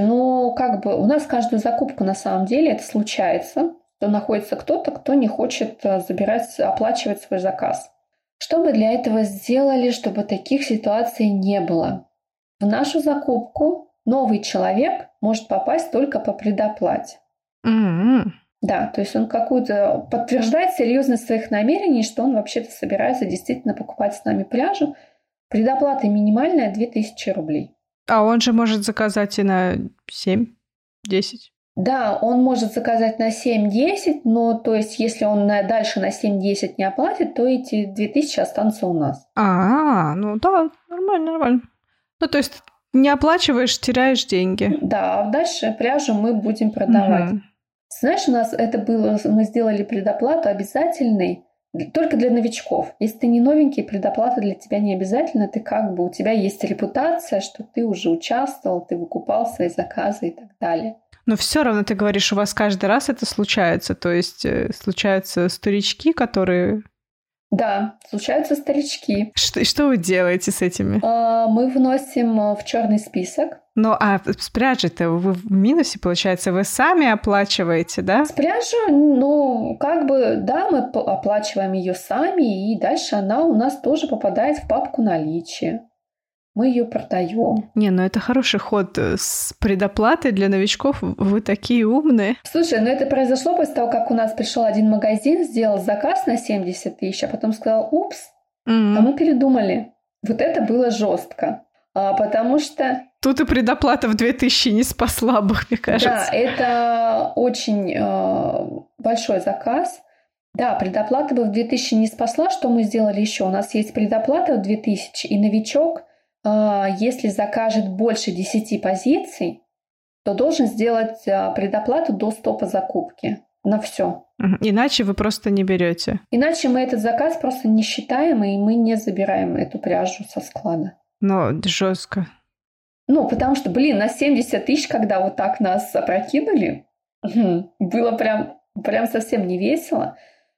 у нас каждую закупку на самом деле это случается, что находится кто-то, кто не хочет оплачивать свой заказ. Что мы для этого сделали, чтобы таких ситуаций не было? В нашу закупку новый человек может попасть только по предоплате. Да, то есть он какую-то подтверждает серьезность своих намерений, что он вообще-то собирается действительно покупать с нами пляжу. Предоплата минимальная 2000 рублей. А он же может заказать и на 7-10? Да, он может заказать на 7-10, но то есть если он дальше на 7-10 не оплатит, то эти 2000 останутся у нас. Да, нормально. То есть не оплачиваешь, теряешь деньги. Да, а дальше пляжу мы будем продавать. Знаешь, у нас это было, мы сделали предоплату обязательной только для новичков. Если ты не новенький, предоплата для тебя не обязательно. Ты у тебя есть репутация, что ты уже участвовал, ты выкупал свои заказы и так далее. Но все равно ты говоришь, у вас каждый раз это случается. То есть случаются старички, которые... Да, случаются старички. Что вы делаете с этими? Мы вносим в черный список. А с пряжей-то вы в минусе, получается, вы сами оплачиваете, да? С пряжей, да, мы оплачиваем ее сами, и дальше она у нас тоже попадает в папку наличия. Мы ее продаем. Это хороший ход с предоплатой для новичков. Вы такие умные. Слушай, это произошло после того, как у нас пришел один магазин, сделал заказ на 70 тысяч, а потом сказал: упс, а мы передумали. Вот это было жестко. Потому что... Тут и предоплата в 2000 не спасла бы, мне кажется. Да, это очень большой заказ. Да, предоплата бы в 2000 не спасла. Что мы сделали еще? У нас есть предоплата в 2000, и новичок, если закажет больше 10 позиций, то должен сделать предоплату до стопа закупки на все. Иначе вы просто не берете. Иначе мы этот заказ просто не считаем, и мы не забираем эту пряжу со склада. Жестко. Потому что, на 70 тысяч, когда вот так нас опрокинули, было прям совсем не весело.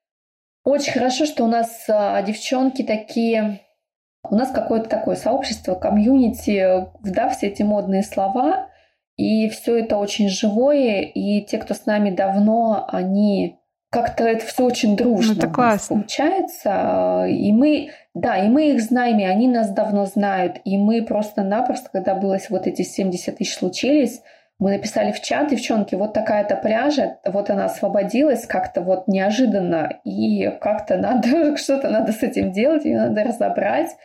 Очень хорошо, что у нас девчонки такие... У нас какое-то такое сообщество, комьюнити, да, все эти модные слова, и все это очень живое, и те, кто с нами давно, они как-то это все очень дружно это классно получается. И мы их знаем, и они нас давно знают, и мы просто-напросто, когда было вот эти 70 тысяч случились, мы написали в чат: девчонки, вот такая-то пряжа, вот она освободилась как-то вот неожиданно, и как-то что-то надо с этим делать, ее надо разобрать.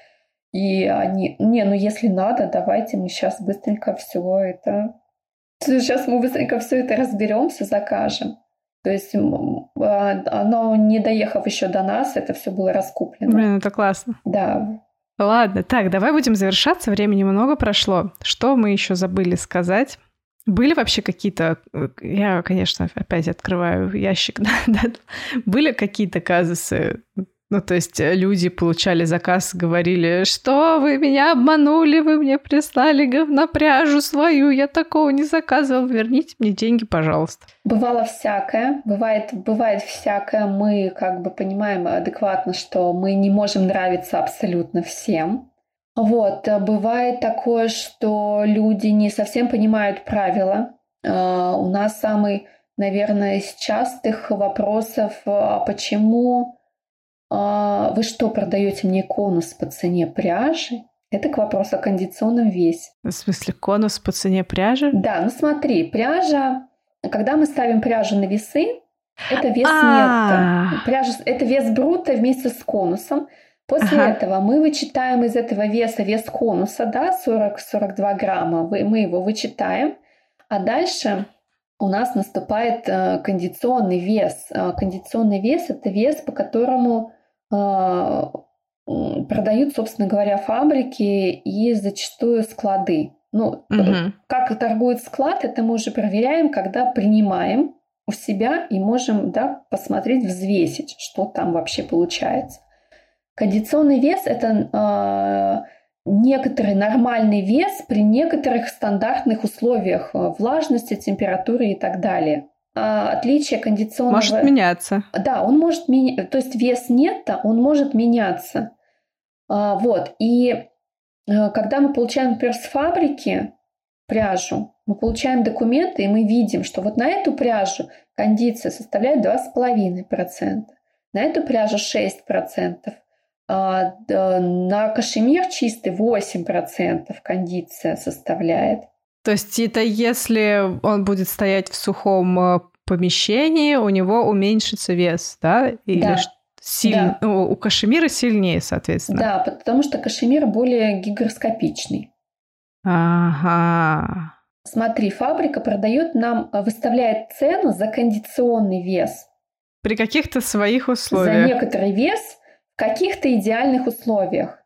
И они, ну если надо, давайте мы сейчас быстренько все это... Сейчас мы быстренько все это разберем, все закажем. То есть оно, не доехав еще до нас, это все было раскуплено. Блин, это классно. Да. Ладно, так, давай будем завершаться, времени много прошло. Что мы еще забыли сказать? Были вообще какие-то... Я, конечно, опять открываю ящик. Да. Были какие-то казусы? Ну, то есть люди получали заказ, говорили, что вы меня обманули, вы мне прислали говнопряжу свою, я такого не заказывал, верните мне деньги, пожалуйста. Бывало всякое, бывает всякое. Мы как бы понимаем адекватно, что мы не можем нравиться абсолютно всем. Вот, бывает такое, что люди не совсем понимают правила. У нас самый, наверное, из частых вопросов, почему... Вы что, продаете мне конус по цене пряжи? Это к вопросу о кондиционном весе. В смысле, конус по цене пряжи? Да, ну смотри, пряжа, когда мы ставим пряжу на весы, это вес нетто. Пряжа, это вес брута вместе с конусом. После этого мы вычитаем из этого веса вес конуса, да, 40-42 грамма. Мы его вычитаем, а дальше... У нас наступает кондиционный вес. Кондиционный вес – это вес, по которому продают, собственно говоря, фабрики и зачастую склады. Ну, как торгует склад, это мы уже проверяем, когда принимаем у себя и можем, да, посмотреть, взвесить, что там вообще получается. Кондиционный вес – это некоторый нормальный вес при некоторых стандартных условиях влажности, температуры и так далее. Отличие кондиционного... Может меняться. Да, он может меняться. То есть вес нетто, он может меняться. Вот. И когда мы получаем, например, с фабрики пряжу, мы получаем документы, и мы видим, что вот на эту пряжу кондиция составляет 2,5%, на эту пряжу 6%, на кашемир чистый 8% кондиция составляет. То есть это если он будет стоять в сухом помещении, у него уменьшится вес, да? Или да. Да. Ну, у кашемира сильнее, соответственно. Да, потому что кашемир более гигроскопичный. Ага. Смотри, фабрика продает нам, выставляет цену за кондиционный вес. При каких-то своих условиях. За некоторый вес в каких-то идеальных условиях.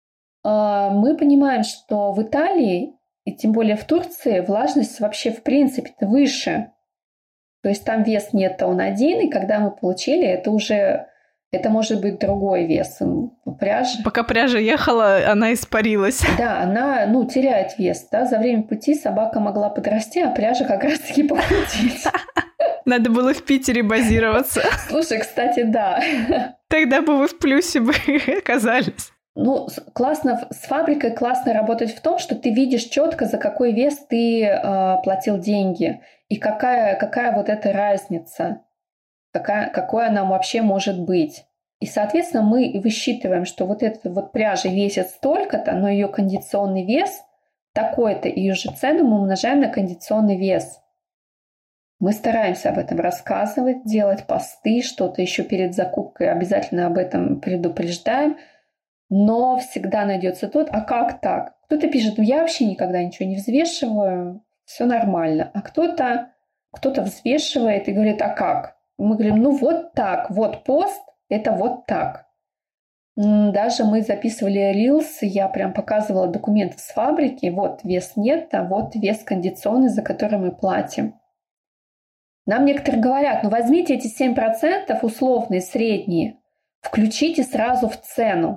Мы понимаем, что в Италии, и тем более в Турции, влажность вообще в принципе выше. То есть там вес нетто, он один, и когда мы получили, это может быть другой вес пряжи. Пока пряжа ехала, она испарилась. Да, она, теряет вес. Да? За время пути собака могла подрасти, а пряжа как раз-таки похудеть. Надо было в Питере базироваться. Слушай, кстати, да. Тогда бы вы в плюсе бы оказались. Классно, с фабрикой классно работать в том, что ты видишь четко, за какой вес ты платил деньги, и какая вот эта разница, какой она вообще может быть. И, соответственно, мы высчитываем, что вот эта вот пряжа весит столько-то, но ее кондиционный вес такой-то, и ее же цену мы умножаем на кондиционный вес. Мы стараемся об этом рассказывать, делать посты, что-то еще перед закупкой обязательно об этом предупреждаем. Но всегда найдется тот, а как так? Кто-то пишет, я вообще никогда ничего не взвешиваю, все нормально. А кто-то взвешивает и говорит, а как? Мы говорим, вот так, вот пост, это вот так. Даже мы записывали рилс, я прям показывала документы с фабрики, вот вес нетто, вот вес кондиционный, за который мы платим. Нам некоторые говорят, возьмите эти 7% условные, средние, включите сразу в цену.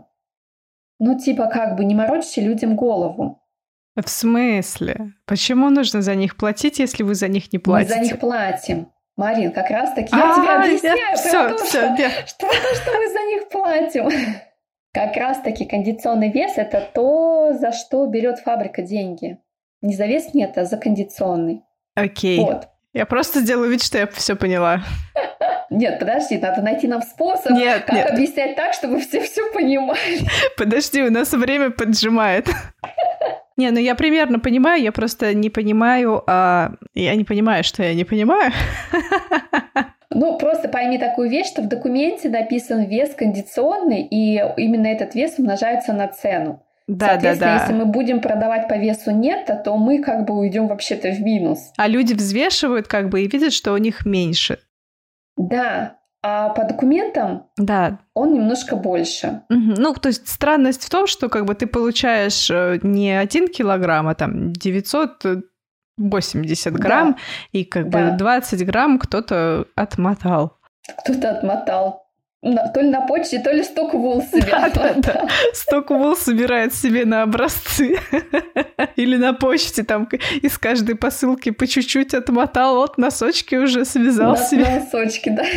Не морочьте людям голову. В смысле? Почему нужно за них платить, если вы за них не платите? Мы за них платим. Марин, как раз таки я тебе объясняю что мы за них платим. Как раз таки кондиционный вес – это то, за что берет фабрика деньги. Не за вес нет, а за кондиционный. Окей. Вот. Я просто сделаю вид, что я все поняла. Нет, подожди, надо найти нам способ, как объяснять так, чтобы все понимали. Подожди, у нас время поджимает. Я примерно понимаю, я просто не понимаю, я не понимаю, что я не понимаю. Просто пойми такую вещь, что в документе написан вес кондиционный, и именно этот вес умножается на цену. Да, Соответственно, если мы будем продавать по весу нет, то мы как бы уйдем вообще-то в минус. А люди взвешивают как бы и видят, что у них меньше. Да, а по документам он немножко больше. Ну, то есть странность в том, что как бы ты получаешь не 1 килограмм, а там 980 грамм, и как бы 20 грамм кто-то отмотал. Кто-то отмотал. То ли на почте, то ли Stockwool себе отмотал. Stockwool собирает себе на образцы. Или на почте там из каждой посылки по чуть-чуть отмотал, вот носочки уже связал себе. Носочки, да.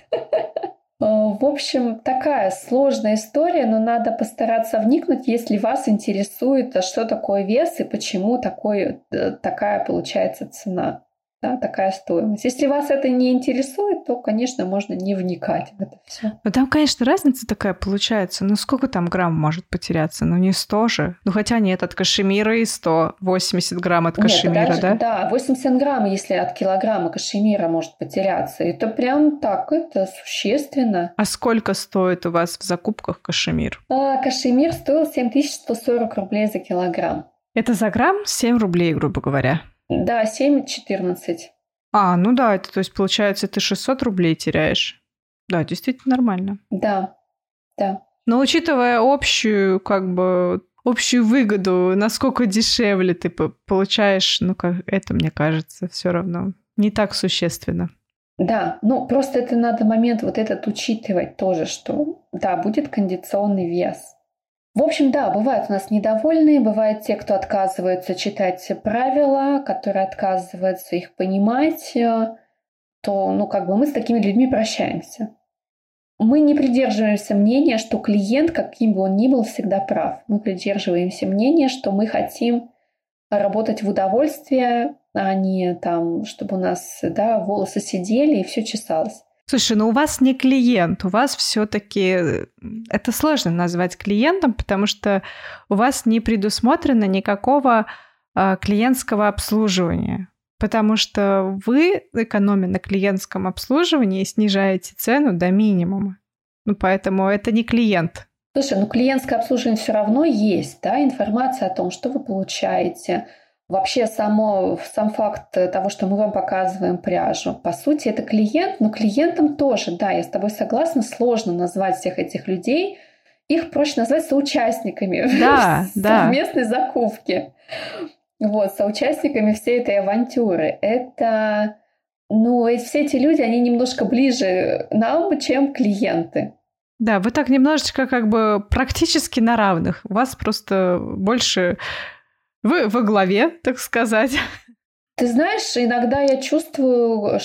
В общем, такая сложная история, но надо постараться вникнуть, если вас интересует, что такое вес и почему такая получается цена. Да, такая стоимость. Если вас это не интересует, то, конечно, можно не вникать в это все. Ну, там, конечно, разница такая получается. Ну, сколько там грамм может потеряться? Ну, не 100 же. Ну, хотя нет, от кашемира и 100. 80 грамм от кашемира, нет, да? Да, 80 грамм, если от килограмма кашемира может потеряться. Это прям так, это существенно. А сколько стоит у вас в закупках кашемир? Кашемир стоил 7140 рублей за килограмм. Это за грамм 7 рублей, грубо говоря. Да, 7,14. Ну да, это, то есть, получается, ты 600 рублей теряешь. Да, действительно нормально. Да. Но учитывая общую выгоду, насколько дешевле ты получаешь, это, мне кажется, все равно не так существенно. Да, просто это надо момент вот этот учитывать тоже, что, да, будет кондиционный вес. В общем, да, бывают у нас недовольные, бывают те, кто отказываются читать правила, которые отказываются их понимать, то, мы с такими людьми прощаемся. Мы не придерживаемся мнения, что клиент, каким бы он ни был, всегда прав. Мы придерживаемся мнения, что мы хотим работать в удовольствие, а не там, чтобы у нас, волосы сидели и все чесалось. Слушай, у вас не клиент, у вас все-таки это сложно назвать клиентом, потому что у вас не предусмотрено никакого клиентского обслуживания, потому что вы, экономя на клиентском обслуживании, снижаете цену до минимума. Поэтому это не клиент. Слушай, клиентское обслуживание все равно есть, да, информация о том, что вы получаете. Вообще сам факт того, что мы вам показываем пряжу, по сути, это клиент, но клиентам тоже, да, я с тобой согласна, сложно назвать всех этих людей, их проще назвать соучастниками совместной закупки. Соучастниками всей этой авантюры. Это, все эти люди, они немножко ближе нам, чем клиенты. Да, вы так немножечко практически на равных. У вас просто больше... Вы во главе, так сказать. Ты знаешь, иногда я чувствую,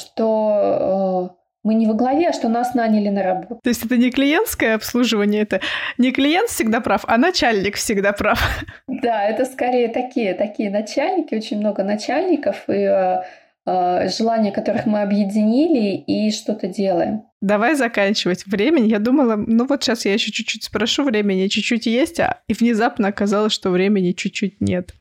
что мы не во главе, а что нас наняли на работу. То есть это не клиентское обслуживание, это не клиент всегда прав, а начальник всегда прав. Да, это скорее такие начальники, очень много начальников и желания, которых мы объединили и что-то делаем. Давай заканчивать. Времени, я думала, сейчас я еще чуть-чуть спрошу, времени чуть-чуть есть, и внезапно оказалось, что времени чуть-чуть нет.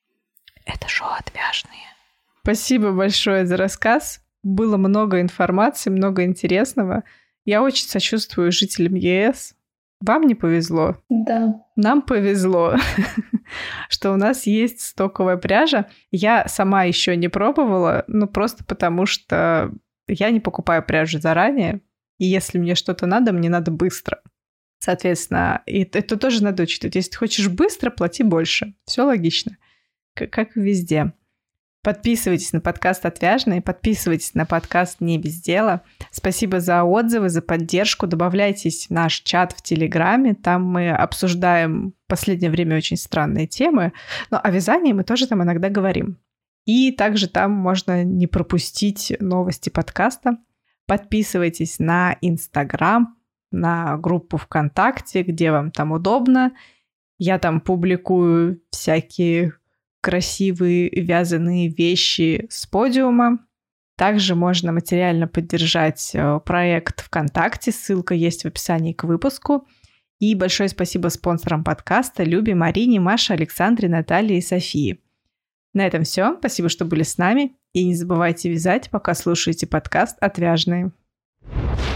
Это шоу «Отвяжные». Спасибо большое за рассказ. Было много информации, много интересного. Я очень сочувствую жителям ЕС. Вам не повезло. Да. Нам повезло, что у нас есть стоковая пряжа. Я сама еще не пробовала, просто потому что я не покупаю пряжу заранее. И если мне что-то надо, мне надо быстро. Соответственно, и это тоже надо учитывать. Если ты хочешь быстро, плати больше. Все логично. Как и везде. Подписывайтесь на подкаст «Отвяжные», подписывайтесь на подкаст «Не без дела». Спасибо за отзывы, за поддержку. Добавляйтесь в наш чат в Телеграме. Там мы обсуждаем в последнее время очень странные темы. Но о вязании мы тоже там иногда говорим. И также там можно не пропустить новости подкаста. Подписывайтесь на Инстаграм, на группу ВКонтакте, где вам там удобно. Я там публикую всякие красивые вязаные вещи с подиума. Также можно материально поддержать проект ВКонтакте, ссылка есть в описании к выпуску. И большое спасибо спонсорам подкаста Любе, Марине, Маше, Александре, Наталье и Софии. На этом все. Спасибо, что были с нами. И не забывайте вязать, пока слушаете подкаст «Отвяжные».